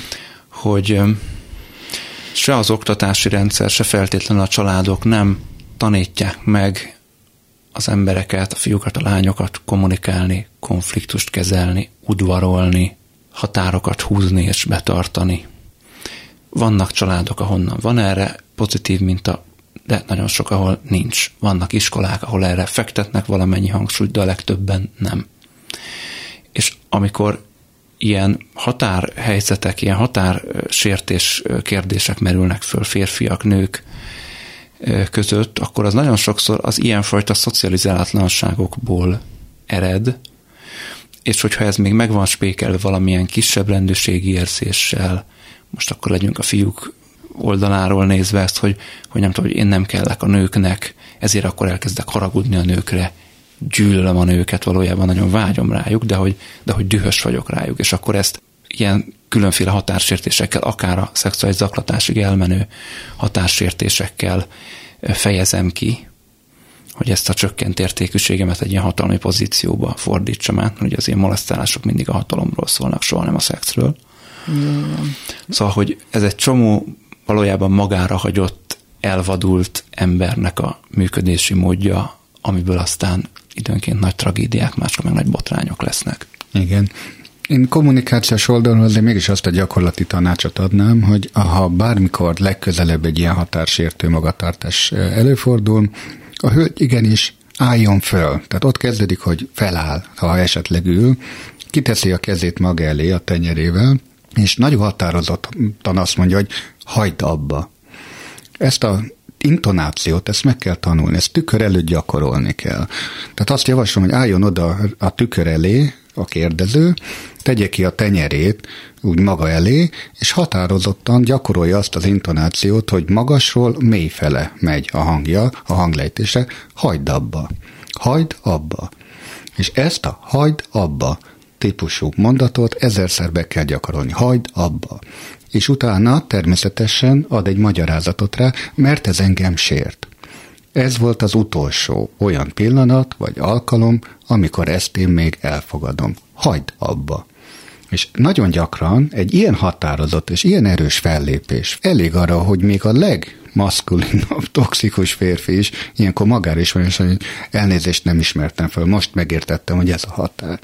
hogy se az oktatási rendszer, se feltétlenül a családok nem tanítják meg az embereket, a fiúkat, a lányokat kommunikálni, konfliktust kezelni, udvarolni, határokat húzni és betartani. Vannak családok, ahonnan van erre pozitív minta, de nagyon sok, ahol nincs. Vannak iskolák, ahol erre fektetnek valamennyi hangsúlyt, de a legtöbben nem. És amikor ilyen határhelyzetek, ilyen határsértés kérdések merülnek föl férfiak, nők között, akkor az nagyon sokszor az ilyenfajta szocializálatlanságokból ered, és hogyha ez még meg van spékelve valamilyen kisebb rendőrségi érzéssel, most akkor legyünk a fiúk oldaláról nézve ezt, hogy nem tudom, hogy én nem kellek a nőknek, ezért akkor elkezdek haragudni a nőkre, gyűlölöm a nőket, valójában nagyon vágyom rájuk, de hogy dühös vagyok rájuk, és akkor ezt ilyen különféle határsértésekkel, akár a szexuális zaklatásig elmenő határsértésekkel fejezem ki, hogy ezt a csökkent értékűségemet egy ilyen hatalmi pozícióba fordítsam át, hogy az ilyen molesztálások mindig a hatalomról szólnak, soha nem a szexről. Szóval, hogy ez egy csomó valójában magára hagyott elvadult embernek a működési módja, amiből aztán időnként nagy tragédiák, máskor meg nagy botrányok lesznek. Igen. Én kommunikációs oldalon azért mégis azt a gyakorlati tanácsot adnám, hogy ha bármikor legközelebb egy ilyen határsértő magatartás előfordul, a hölgy igenis álljon föl. Tehát ott kezdődik, hogy feláll, ha esetleg ül, kiteszi a kezét maga elé a tenyerével, és nagyon határozottan azt mondja, hogy hagyd abba. Ezt a intonációt, ezt meg kell tanulni, ezt tükör előtt gyakorolni kell. Tehát azt javaslom, hogy álljon oda a tükör elé a kérdező, tegye ki a tenyerét úgy maga elé, és határozottan gyakorolja azt az intonációt, hogy magasról mélyfele megy a hangja, a hanglejtése, hagyd abba. Hagyd abba. És ezt a hagyd abba típusú mondatot 1000-szer be kell gyakorolni. Hagyd abba. És utána természetesen ad egy magyarázatot rá, mert ez engem sért. Ez volt az utolsó olyan pillanat vagy alkalom, amikor ezt én még elfogadom. Hagyd abba. És nagyon gyakran egy ilyen határozott és ilyen erős fellépés elég arra, hogy még a legmaszkulinabb, toxikus férfi is ilyenkor magára is van, és hogy elnézést nem ismertem fel, most megértettem, hogy ez a határ.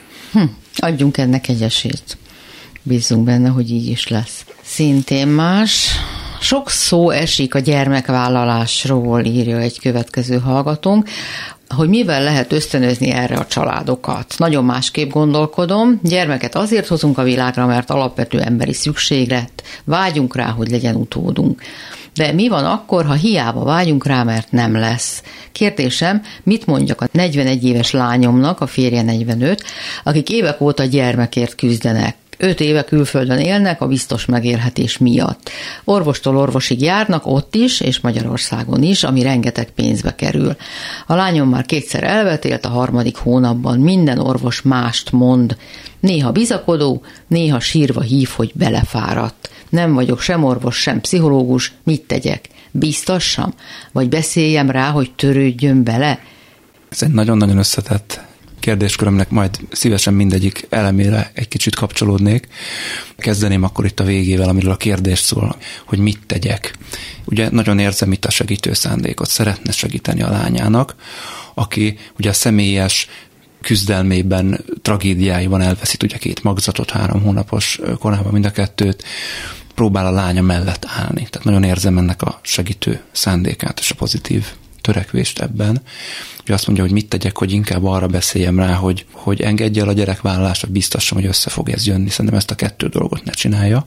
Adjunk ennek egy esélyt. Bízzunk benne, hogy így is lesz. Szintén más. Sok szó esik a gyermekvállalásról, írja egy következő hallgatónk, hogy mivel lehet ösztönözni erre a családokat. Nagyon másképp gondolkodom. Gyermeket azért hozunk a világra, mert alapvető emberi szükséglet. Vágyunk rá, hogy legyen utódunk. De mi van akkor, ha hiába vágyunk rá, mert nem lesz? Kérdésem, mit mondjak a 41 éves lányomnak, a férje 45, akik évek óta gyermekért küzdenek. 5 éve külföldön élnek a biztos megélhetés miatt. Orvostól orvosig járnak ott is, és Magyarországon is, ami rengeteg pénzbe kerül. A lányom már 2-szer elvetélt, a 3. hónapban minden orvos mást mond. Néha bizakodó, néha sírva hív, hogy belefáradt. Nem vagyok sem orvos, sem pszichológus, mit tegyek? Bíztassam? Vagy beszéljem rá, hogy törődjön bele? Ez egy nagyon-nagyon összetett kérdéskörömnek majd szívesen mindegyik elemére egy kicsit kapcsolódnék. Kezdeném akkor itt a végével, amiről a kérdés szól, hogy mit tegyek. Ugye nagyon érzem itt a segítő szándékot, szeretne segíteni a lányának, aki ugye a személyes küzdelmében, tragédiáiban elveszít ugye 2 magzatot, 3 hónapos korában mind a 2-t, próbál a lánya mellett állni. Tehát nagyon érzem ennek a segítő szándékát és a pozitív törekvést ebben. Ugye azt mondja, hogy mit tegyek, hogy inkább arra beszéljem rá, hogy engedje el a gyerekvállalást, vagy biztassam, hogy össze fog ez jönni. Szerintem ezt a 2 dolgot ne csinálja,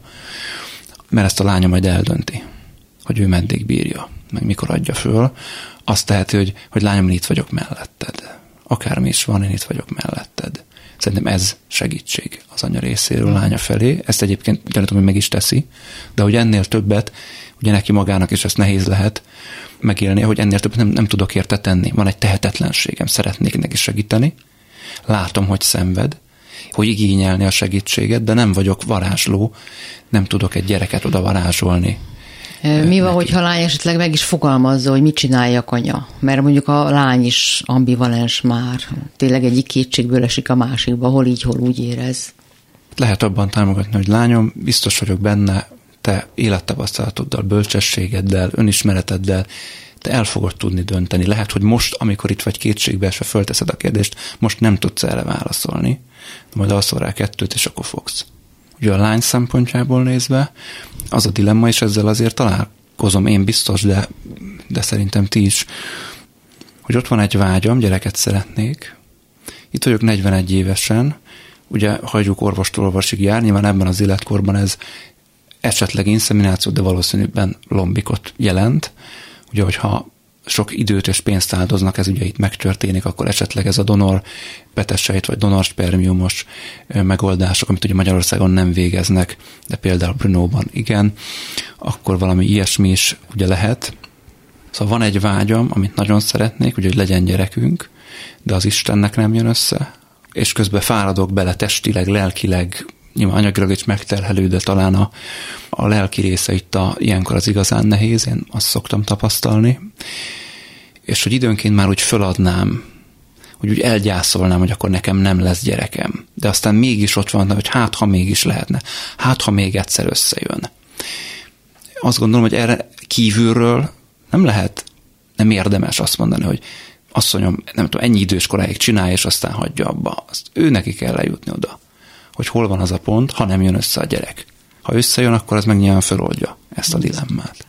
mert ezt a lánya majd eldönti, hogy ő meddig bírja, meg mikor adja föl. Azt teheti, hogy lányom, én itt vagyok melletted. Akármi is van, én itt vagyok melletted. Szerintem ez segítség az anya részéről lánya felé. Ezt egyébként gyanítom, hogy meg is teszi, de hogy ennél többet, ugye neki magának is ezt nehéz lehet megélni, hogy ennél többet nem tudok érte tenni. Van egy tehetetlenségem, szeretnék neki segíteni, látom, hogy szenved, hogy igényelni a segítséget, de nem vagyok varázsló, nem tudok egy gyereket oda varázsolni. Mi van, hogyha a lány esetleg meg is fogalmazza, hogy mit csináljak anya? Mert mondjuk a lány is ambivalens már. Tényleg egyik kétségből esik a másikba, hol így, hol úgy érez. Lehet abban támogatni, hogy lányom, biztos vagyok benne, te élettapasztalatoddal, bölcsességeddel, önismereteddel, te el fogod tudni dönteni. Lehet, hogy most, amikor itt vagy kétségbeesve fölteszed a kérdést, most nem tudsz erre válaszolni, de majd alszol rá 2, és akkor fogsz. Ugye a lány szempontjából nézve, az a dilemma, és ezzel azért találkozom én biztos, de szerintem ti is, hogy ott van egy vágyam, gyereket szeretnék, itt vagyok 41 évesen, ugye hagyjuk orvostól orvosig jár, nyilván ebben az életkorban ez esetleg inszemináció, de valószínűbben lombikot jelent. Ugye, hogyha sok időt és pénzt áldoznak, ez ugye itt megtörténik, akkor esetleg ez a donor betesejt vagy donorspermiumos megoldások, amit ugye Magyarországon nem végeznek, de például Brunóban igen, akkor valami ilyesmi is ugye lehet. Szóval van egy vágyam, amit nagyon szeretnék, ugye, hogy legyen gyerekünk, de az Istennek nem jön össze, és közben fáradok bele testileg, lelkileg, nyilván anyagilag is megterhelő, de talán a lelki része itt ilyenkor az igazán nehéz, én azt szoktam tapasztalni, és hogy időnként már úgy föladnám, hogy úgy elgyászolnám, hogy akkor nekem nem lesz gyerekem. De aztán mégis ott van, hogy hát, ha mégis lehetne, hát, ha még egyszer összejön. Azt gondolom, hogy erre kívülről nem érdemes azt mondani, hogy asszonyom, nem tudom, ennyi idős koráig csinálja, és aztán hagyja abba. Azt ő neki kell lejutni oda, hogy hol van az a pont, ha nem jön össze a gyerek. Ha összejön, akkor az meg nyilván feloldja ezt a dilemmát.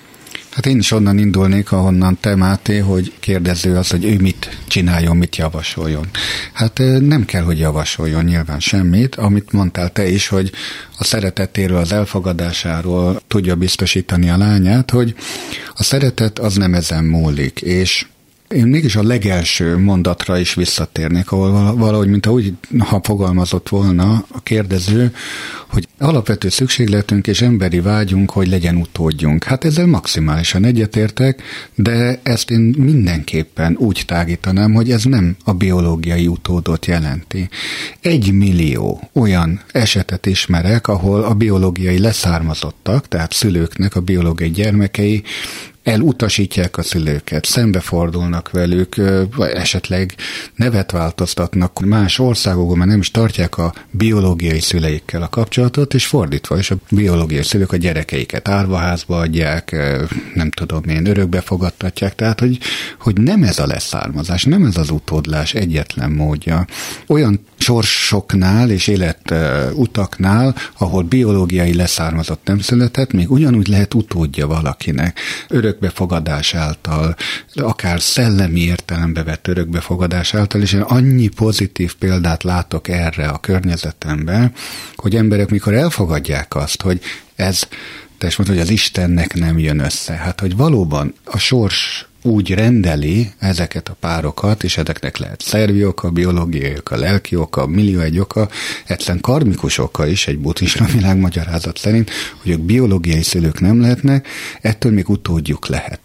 Hát én is onnan indulnék, ahonnan te, Máté, hogy kérdező az, hogy ő mit csináljon, mit javasoljon. Hát nem kell, hogy javasoljon nyilván semmit, amit mondtál te is, hogy a szeretetéről, az elfogadásáról tudja biztosítani a lányát, hogy a szeretet az nem ezen múlik, és én mégis a legelső mondatra is visszatérnék, ahol valahogy, mint ha fogalmazott volna a kérdező, hogy alapvető szükségletünk és emberi vágyunk, hogy legyen utódjunk. Hát ezzel maximálisan egyetértek, de ezt én mindenképpen úgy tágítanám, hogy ez nem a biológiai utódot jelenti. 1 millió olyan esetet ismerek, ahol a biológiai leszármazottak, tehát szülőknek a biológiai gyermekei elutasítják a szülőket, szembefordulnak velük, vagy esetleg nevet változtatnak más országokban, mert nem is tartják a biológiai szüleikkel a kapcsolatot, és fordítva is a biológiai szülők a gyerekeiket árvaházba adják, nem tudom én, örökbe fogadtatják, tehát hogy nem ez a leszármazás, nem ez az utódlás egyetlen módja. Olyan sorsoknál és életutaknál, ahol biológiai leszármazott nem született, még ugyanúgy lehet utódja valakinek. Örökbefogadás által, akár szellemi értelembe vett örökbefogadás által, és én annyi pozitív példát látok erre a környezetemben, hogy emberek mikor elfogadják azt, hogy ez, te is mondtad, hogy az Istennek nem jön össze. Hát, hogy valóban a sors úgy rendeli ezeket a párokat, és ezeknek lehet szervi oka, biológiai oka, lelki oka, millió egy oka, egyszerűen karmikus oka is egy buddhista világmagyarázat szerint, hogy ők biológiai szülők nem lehetnek, ettől még utódjuk lehet.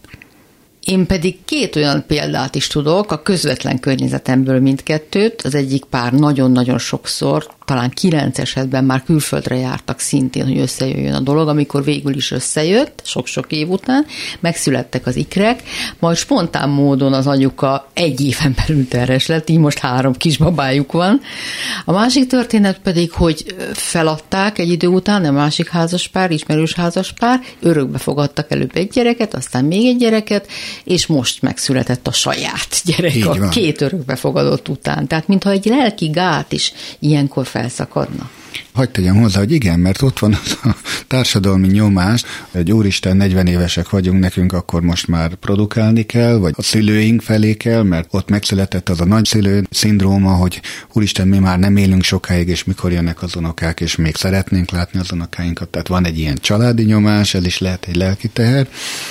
Én pedig 2 olyan példát is tudok, a közvetlen környezetemből mindkettőt. Az egyik pár nagyon-nagyon sokszor, talán 9 esetben már külföldre jártak szintén, hogy összejöjjön a dolog, amikor végül is összejött, sok-sok év után, megszülettek az ikrek, majd spontán módon az anyuka 1 éven belül terhes lett, így most 3 kisbabájuk van. A másik történet pedig, hogy feladták egy idő után, a másik házaspár, ismerős házaspár, örökbe fogadtak előbb egy gyereket, aztán még egy gyereket, és most megszületett a saját gyerek a 2 örökbefogadott után. Tehát mintha egy lelki gát is ilyenkor felszakadna. Hadd tegyem hozzá, hogy igen, mert ott van az a társadalmi nyomás, hogy úristen, 40 évesek vagyunk, nekünk akkor most már produkálni kell, vagy a szülőink felé kell, mert ott megszületett az a nagyszülő szindróma, hogy úristen, mi már nem élünk sokáig, és mikor jönnek az unokák, és még szeretnénk látni az unokáinkat. Tehát van egy ilyen családi nyomás, ez is lehet egy lelki teher.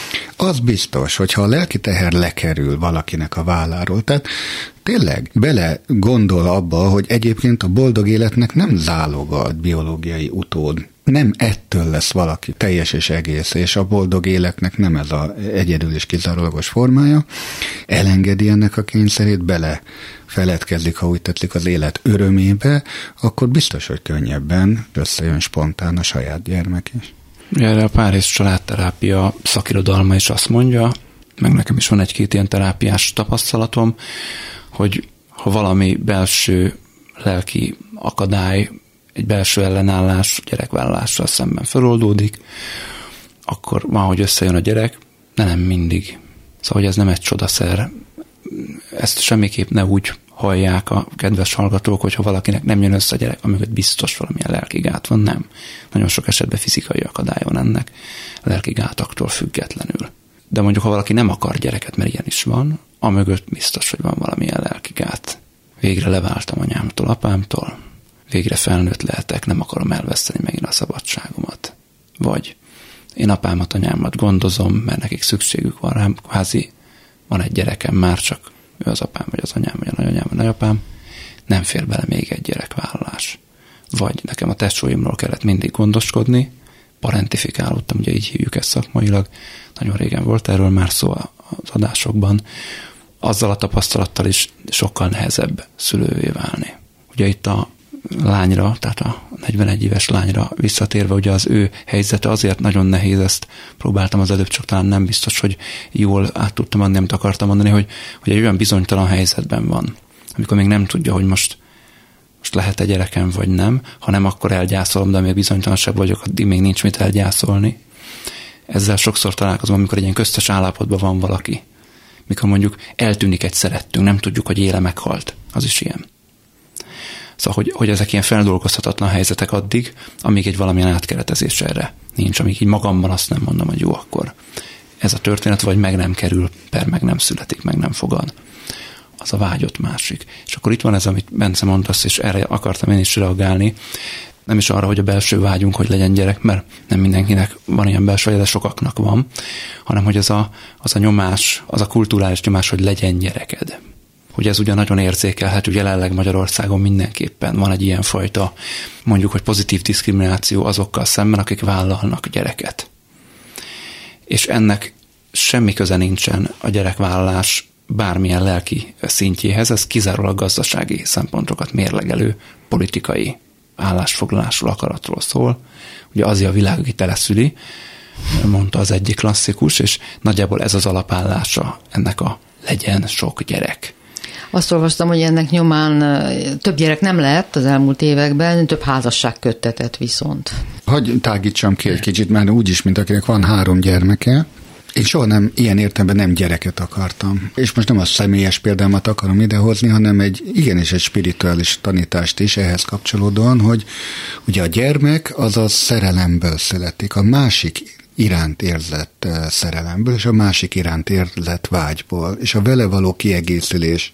Az biztos, hogyha a lelki teher lekerül valakinek a válláról, tehát tényleg bele gondol abba, hogy egyébként a boldog életnek nem záloga a biológiai utód. Nem ettől lesz valaki teljes és egész, és a boldog életnek nem ez az egyedül és kizárólagos formája. Elengedi ennek a kényszerét, bele feledkezik, ha úgy tetszik, az élet örömébe, akkor biztos, hogy könnyebben összejön spontán a saját gyermek is. Erre a pár és családterápia szakirodalma is azt mondja, meg nekem is van 1-2 ilyen terápiás tapasztalatom, hogy ha valami belső lelki akadály, egy belső ellenállás gyerekvállalással szemben feloldódik, akkor van, hogy összejön a gyerek, de nem mindig. Szóval, hogy ez nem egy csodaszer. Ezt semmiképp ne úgy hallják a kedves hallgatók, hogyha valakinek nem jön össze a gyerek, amikor biztos valamilyen lelki gát van, nem. Nagyon sok esetben fizikai akadály van ennek, lelki gátaktól függetlenül. De mondjuk, ha valaki nem akar gyereket, mert ilyen is van, amögött biztos, hogy van valamilyen lelki gát. Végre leváltam anyámtól, apámtól, végre felnőtt lehetek, nem akarom elveszteni megint a szabadságomat. Vagy én apámat, anyámat gondozom, mert nekik szükségük van rám, kvázi van egy gyerekem már, csak ő az apám, vagy az anyám, vagy a nagyanyám, vagy a nagyapám, nem fér bele még egy gyerekvállalás. Vagy nekem a tesóimról kellett mindig gondoskodni, parentifikálódtam, ugye így hívjuk ezt szakmailag, nagyon régen volt erről már szó az adásokban, azzal a tapasztalattal is sokkal nehezebb szülővé válni. Ugye itt a lányra, tehát a 41 éves lányra visszatérve, ugye az ő helyzete azért nagyon nehéz, ezt próbáltam az előbb, csak talán nem biztos, hogy jól át tudtam adni, amit akartam mondani, hogy egy olyan bizonytalan helyzetben van, amikor még nem tudja, hogy most lehet-e gyerekem, vagy nem, ha nem, akkor elgyászolom, de még bizonytalanság vagyok, addig még nincs mit elgyászolni. ezzel sokszor találkozom, amikor egy ilyen köztes állapotban van valaki. Mikor mondjuk eltűnik egy szerettünk, nem tudjuk, hogy éle meghalt. Az is ilyen. Szóval, hogy ezek ilyen feldolgozhatatlan helyzetek addig, amíg egy valamilyen átkeretezés erre nincs, amíg így magamban azt nem mondom, hogy jó, akkor ez a történet vagy meg nem kerül, meg nem születik, meg nem fogad. Az a vágyott másik. És akkor itt van ez, amit Bence mondasz, és erre akartam én is reagálni. Nem is arra, hogy a belső vágyunk, hogy legyen gyerek, mert nem mindenkinek van ilyen belső vágya, de sokaknak van, hanem hogy az a nyomás, az a kulturális nyomás, hogy legyen gyereked. Hogy ez ugye nagyon érzékelhető, jelenleg Magyarországon mindenképpen van egy ilyen fajta, mondjuk, hogy pozitív diszkrimináció azokkal szemben, akik vállalnak gyereket. És ennek semmi köze nincsen a gyerekvállalás bármilyen lelki szintjéhez, ez kizárólag gazdasági szempontokat mérlegelő politikai állásfoglalásról, akaratról szól. Ugye az a világ, aki teleszüli, mondta az egyik klasszikus, és nagyjából ez az alapállása ennek a legyen sok gyerek. Azt olvastam, hogy ennek nyomán több gyerek nem lett az elmúlt években, több házasság köttetett viszont. Hagy tágítsam ki egy kicsit, mert úgyis, mint akinek van 3 gyermeke, én soha nem, ilyen értelemben nem gyereket akartam. És most nem a személyes példámat akarom idehozni, hanem igenis egy spirituális tanítást is ehhez kapcsolódóan, hogy ugye a gyermek az a szerelemből születik, a másik iránt érzett szerelemből, és a másik iránt érzett vágyból, és a vele való kiegészülés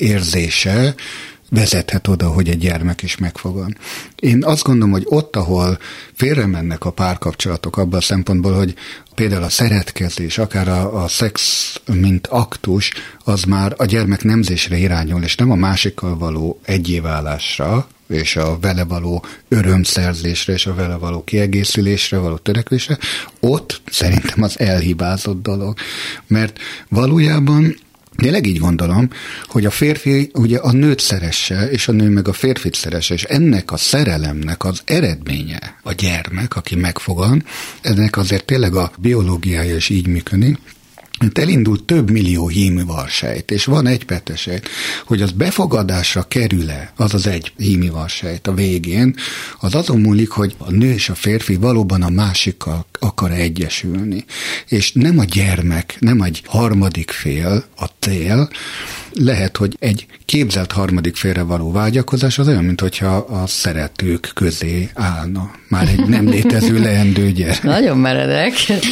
érzése vezethet oda, hogy egy gyermek is megfogan. Én azt gondolom, hogy ott, ahol félre mennek a párkapcsolatok abban a szempontból, hogy például a szeretkezés, akár a szex, mint aktus, az már a gyermek nemzésre irányul, és nem a másikkal való egyéválásra, és a vele való örömszerzésre, és a vele való kiegészülésre, való törekvésre, ott szerintem az elhibázott dolog. Mert valójában tényleg így gondolom, hogy a férfi ugye a nőt szeresse, és a nő meg a férfit szeresse, és ennek a szerelemnek az eredménye a gyermek, aki megfogan, ennek azért tényleg a biológiája is így működik. Elindult több millió hímivarsejt, és van egy petesejt, hogy az befogadásra kerül-e, az az egy hímivarsejt a végén, az azon múlik, hogy a nő és a férfi valóban a másikkal akar egyesülni. És nem a gyermek, nem egy harmadik fél a cél, lehet, hogy egy képzelt harmadik félre való vágyakozás az olyan, mint hogyha a szeretők közé állna. Már egy nem létező leendő gyerek. Nagyon meredek.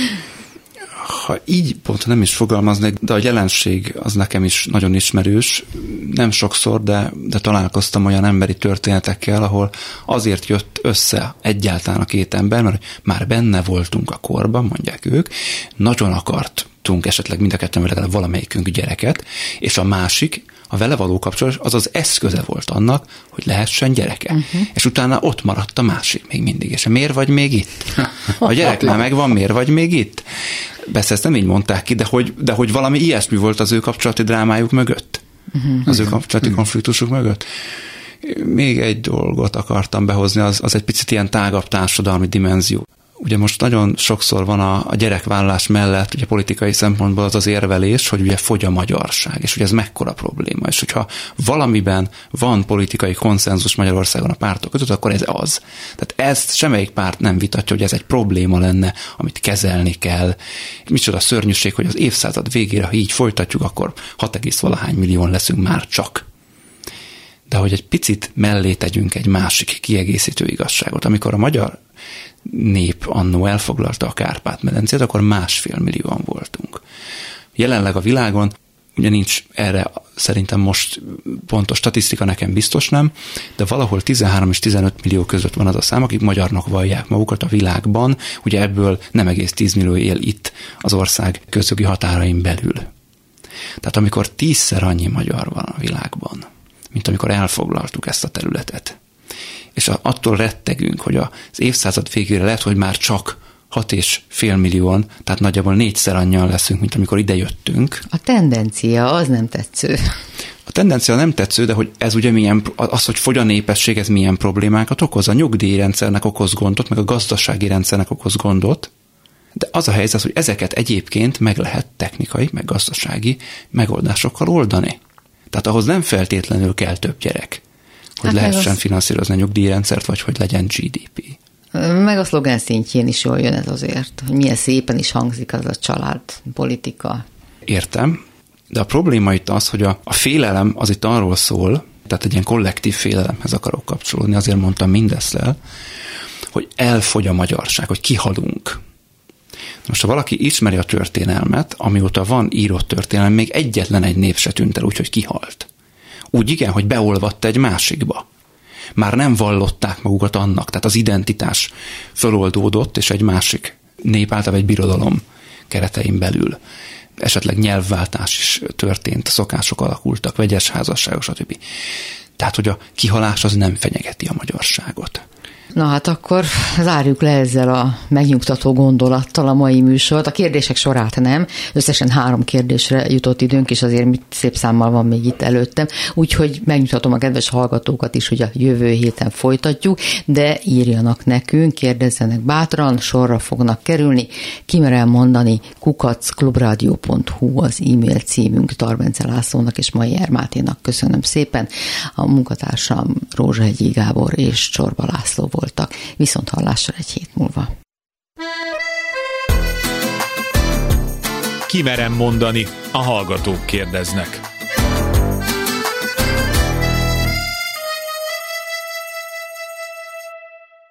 Ha így pont nem is fogalmaznék, de a jelenség az nekem is nagyon ismerős. Nem sokszor, de találkoztam olyan emberi történetekkel, ahol azért jött össze egyáltalán a két ember, mert már benne voltunk a korban, mondják ők, nagyon akartunk esetleg mind a ketten legalább valamelyikünk gyereket, és a másik, a vele való kapcsolat az eszköze volt annak, hogy lehessen gyereke. És utána ott maradt a másik még mindig. És miért vagy még itt? A gyerek már megvan, miért vagy még itt? Persze ezt nem így mondták ki, de hogy valami ilyesmi volt az ő kapcsolati drámájuk mögött. Az ő kapcsolati konfliktusuk mögött. Még egy dolgot akartam behozni, az egy picit ilyen tágabb társadalmi dimenzió. Ugye most nagyon sokszor van a gyerekvállalás mellett, ugye politikai szempontból az érvelés, hogy ugye fogy a magyarság, és ugye ez mekkora probléma, és hogyha valamiben van politikai konszenzus Magyarországon a pártok között, akkor ez az. Tehát ezt semmelyik párt nem vitatja, hogy ez egy probléma lenne, amit kezelni kell. Micsoda szörnyűség, hogy az évszázad végére, ha így folytatjuk, akkor 6,valahány millióan leszünk már csak. De hogy egy picit mellé tegyünk egy másik kiegészítő igazságot, amikor a magyar nép annó elfoglalta a Kárpát-medencét, akkor 1,5 millióan voltunk. Jelenleg a világon, ugye nincs erre szerintem most pontos statisztika, nekem biztos nem, de valahol 13 és 15 millió között van az a szám, akik magyarnak vallják magukat a világban, ugye ebből nem egész 10 millió él itt az ország közjogi határain belül. Tehát amikor 10-szer annyi magyar van a világban, mint amikor elfoglaltuk ezt a területet, és attól rettegünk, hogy az évszázad végére lehet, hogy már csak 6,5 millióan, tehát nagyjából 4-szer annyian leszünk, mint amikor ide jöttünk. A tendencia az nem tetsző. A tendencia nem tetsző, de hogy ez ugye az, hogy fogy a népesség, ez milyen problémákat okoz. A nyugdíjrendszernek okoz gondot, meg a gazdasági rendszernek okoz gondot, de az a helyzet, hogy ezeket egyébként meg lehet technikai, meg gazdasági megoldásokkal oldani. Tehát ahhoz nem feltétlenül kell több gyerek, hogy lehessen finanszírozni a nyugdíjrendszert, vagy hogy legyen GDP. Meg a szlogán szintjén is jól jön ez azért, hogy milyen szépen is hangzik az a család, politika. Értem, de a probléma itt az, hogy a félelem az itt arról szól, tehát egy ilyen kollektív félelemhez akarok kapcsolódni, azért mondtam mindezt el, hogy elfogy a magyarság, hogy kihalunk. Most ha valaki ismeri a történelmet, amióta van írott történelem, még egyetlen egy nép se tűnt el úgy, hogy kihalt. Úgy igen, hogy beolvadt egy másikba. Már nem vallották magukat annak, tehát az identitás föloldódott, és egy másik nép által egy birodalom keretein belül. Esetleg nyelvváltás is történt, szokások alakultak, vegyes házasságok, stb. Tehát, hogy a kihalás az nem fenyegeti a magyarságot. Na hát akkor zárjuk le ezzel a megnyugtató gondolattal a mai műsort. A kérdések sorát nem. Összesen 3 kérdésre jutott időnk, és azért szép számmal van még itt előttem. Úgyhogy megnyugtatom a kedves hallgatókat is, hogy a jövő héten folytatjuk, de írjanak nekünk, kérdezzenek bátran, sorra fognak kerülni. Kimerem mondani, @klubrádió.hu az e-mail címünk. Tarbence Lászlónak és Mayer Máténak köszönöm szépen. A munkatársam Rózsahegyi Gábor és Csorba László voltak. Viszont hallásra egy hét múlva. Kimerem mondani, a hallgatók kérdeznek.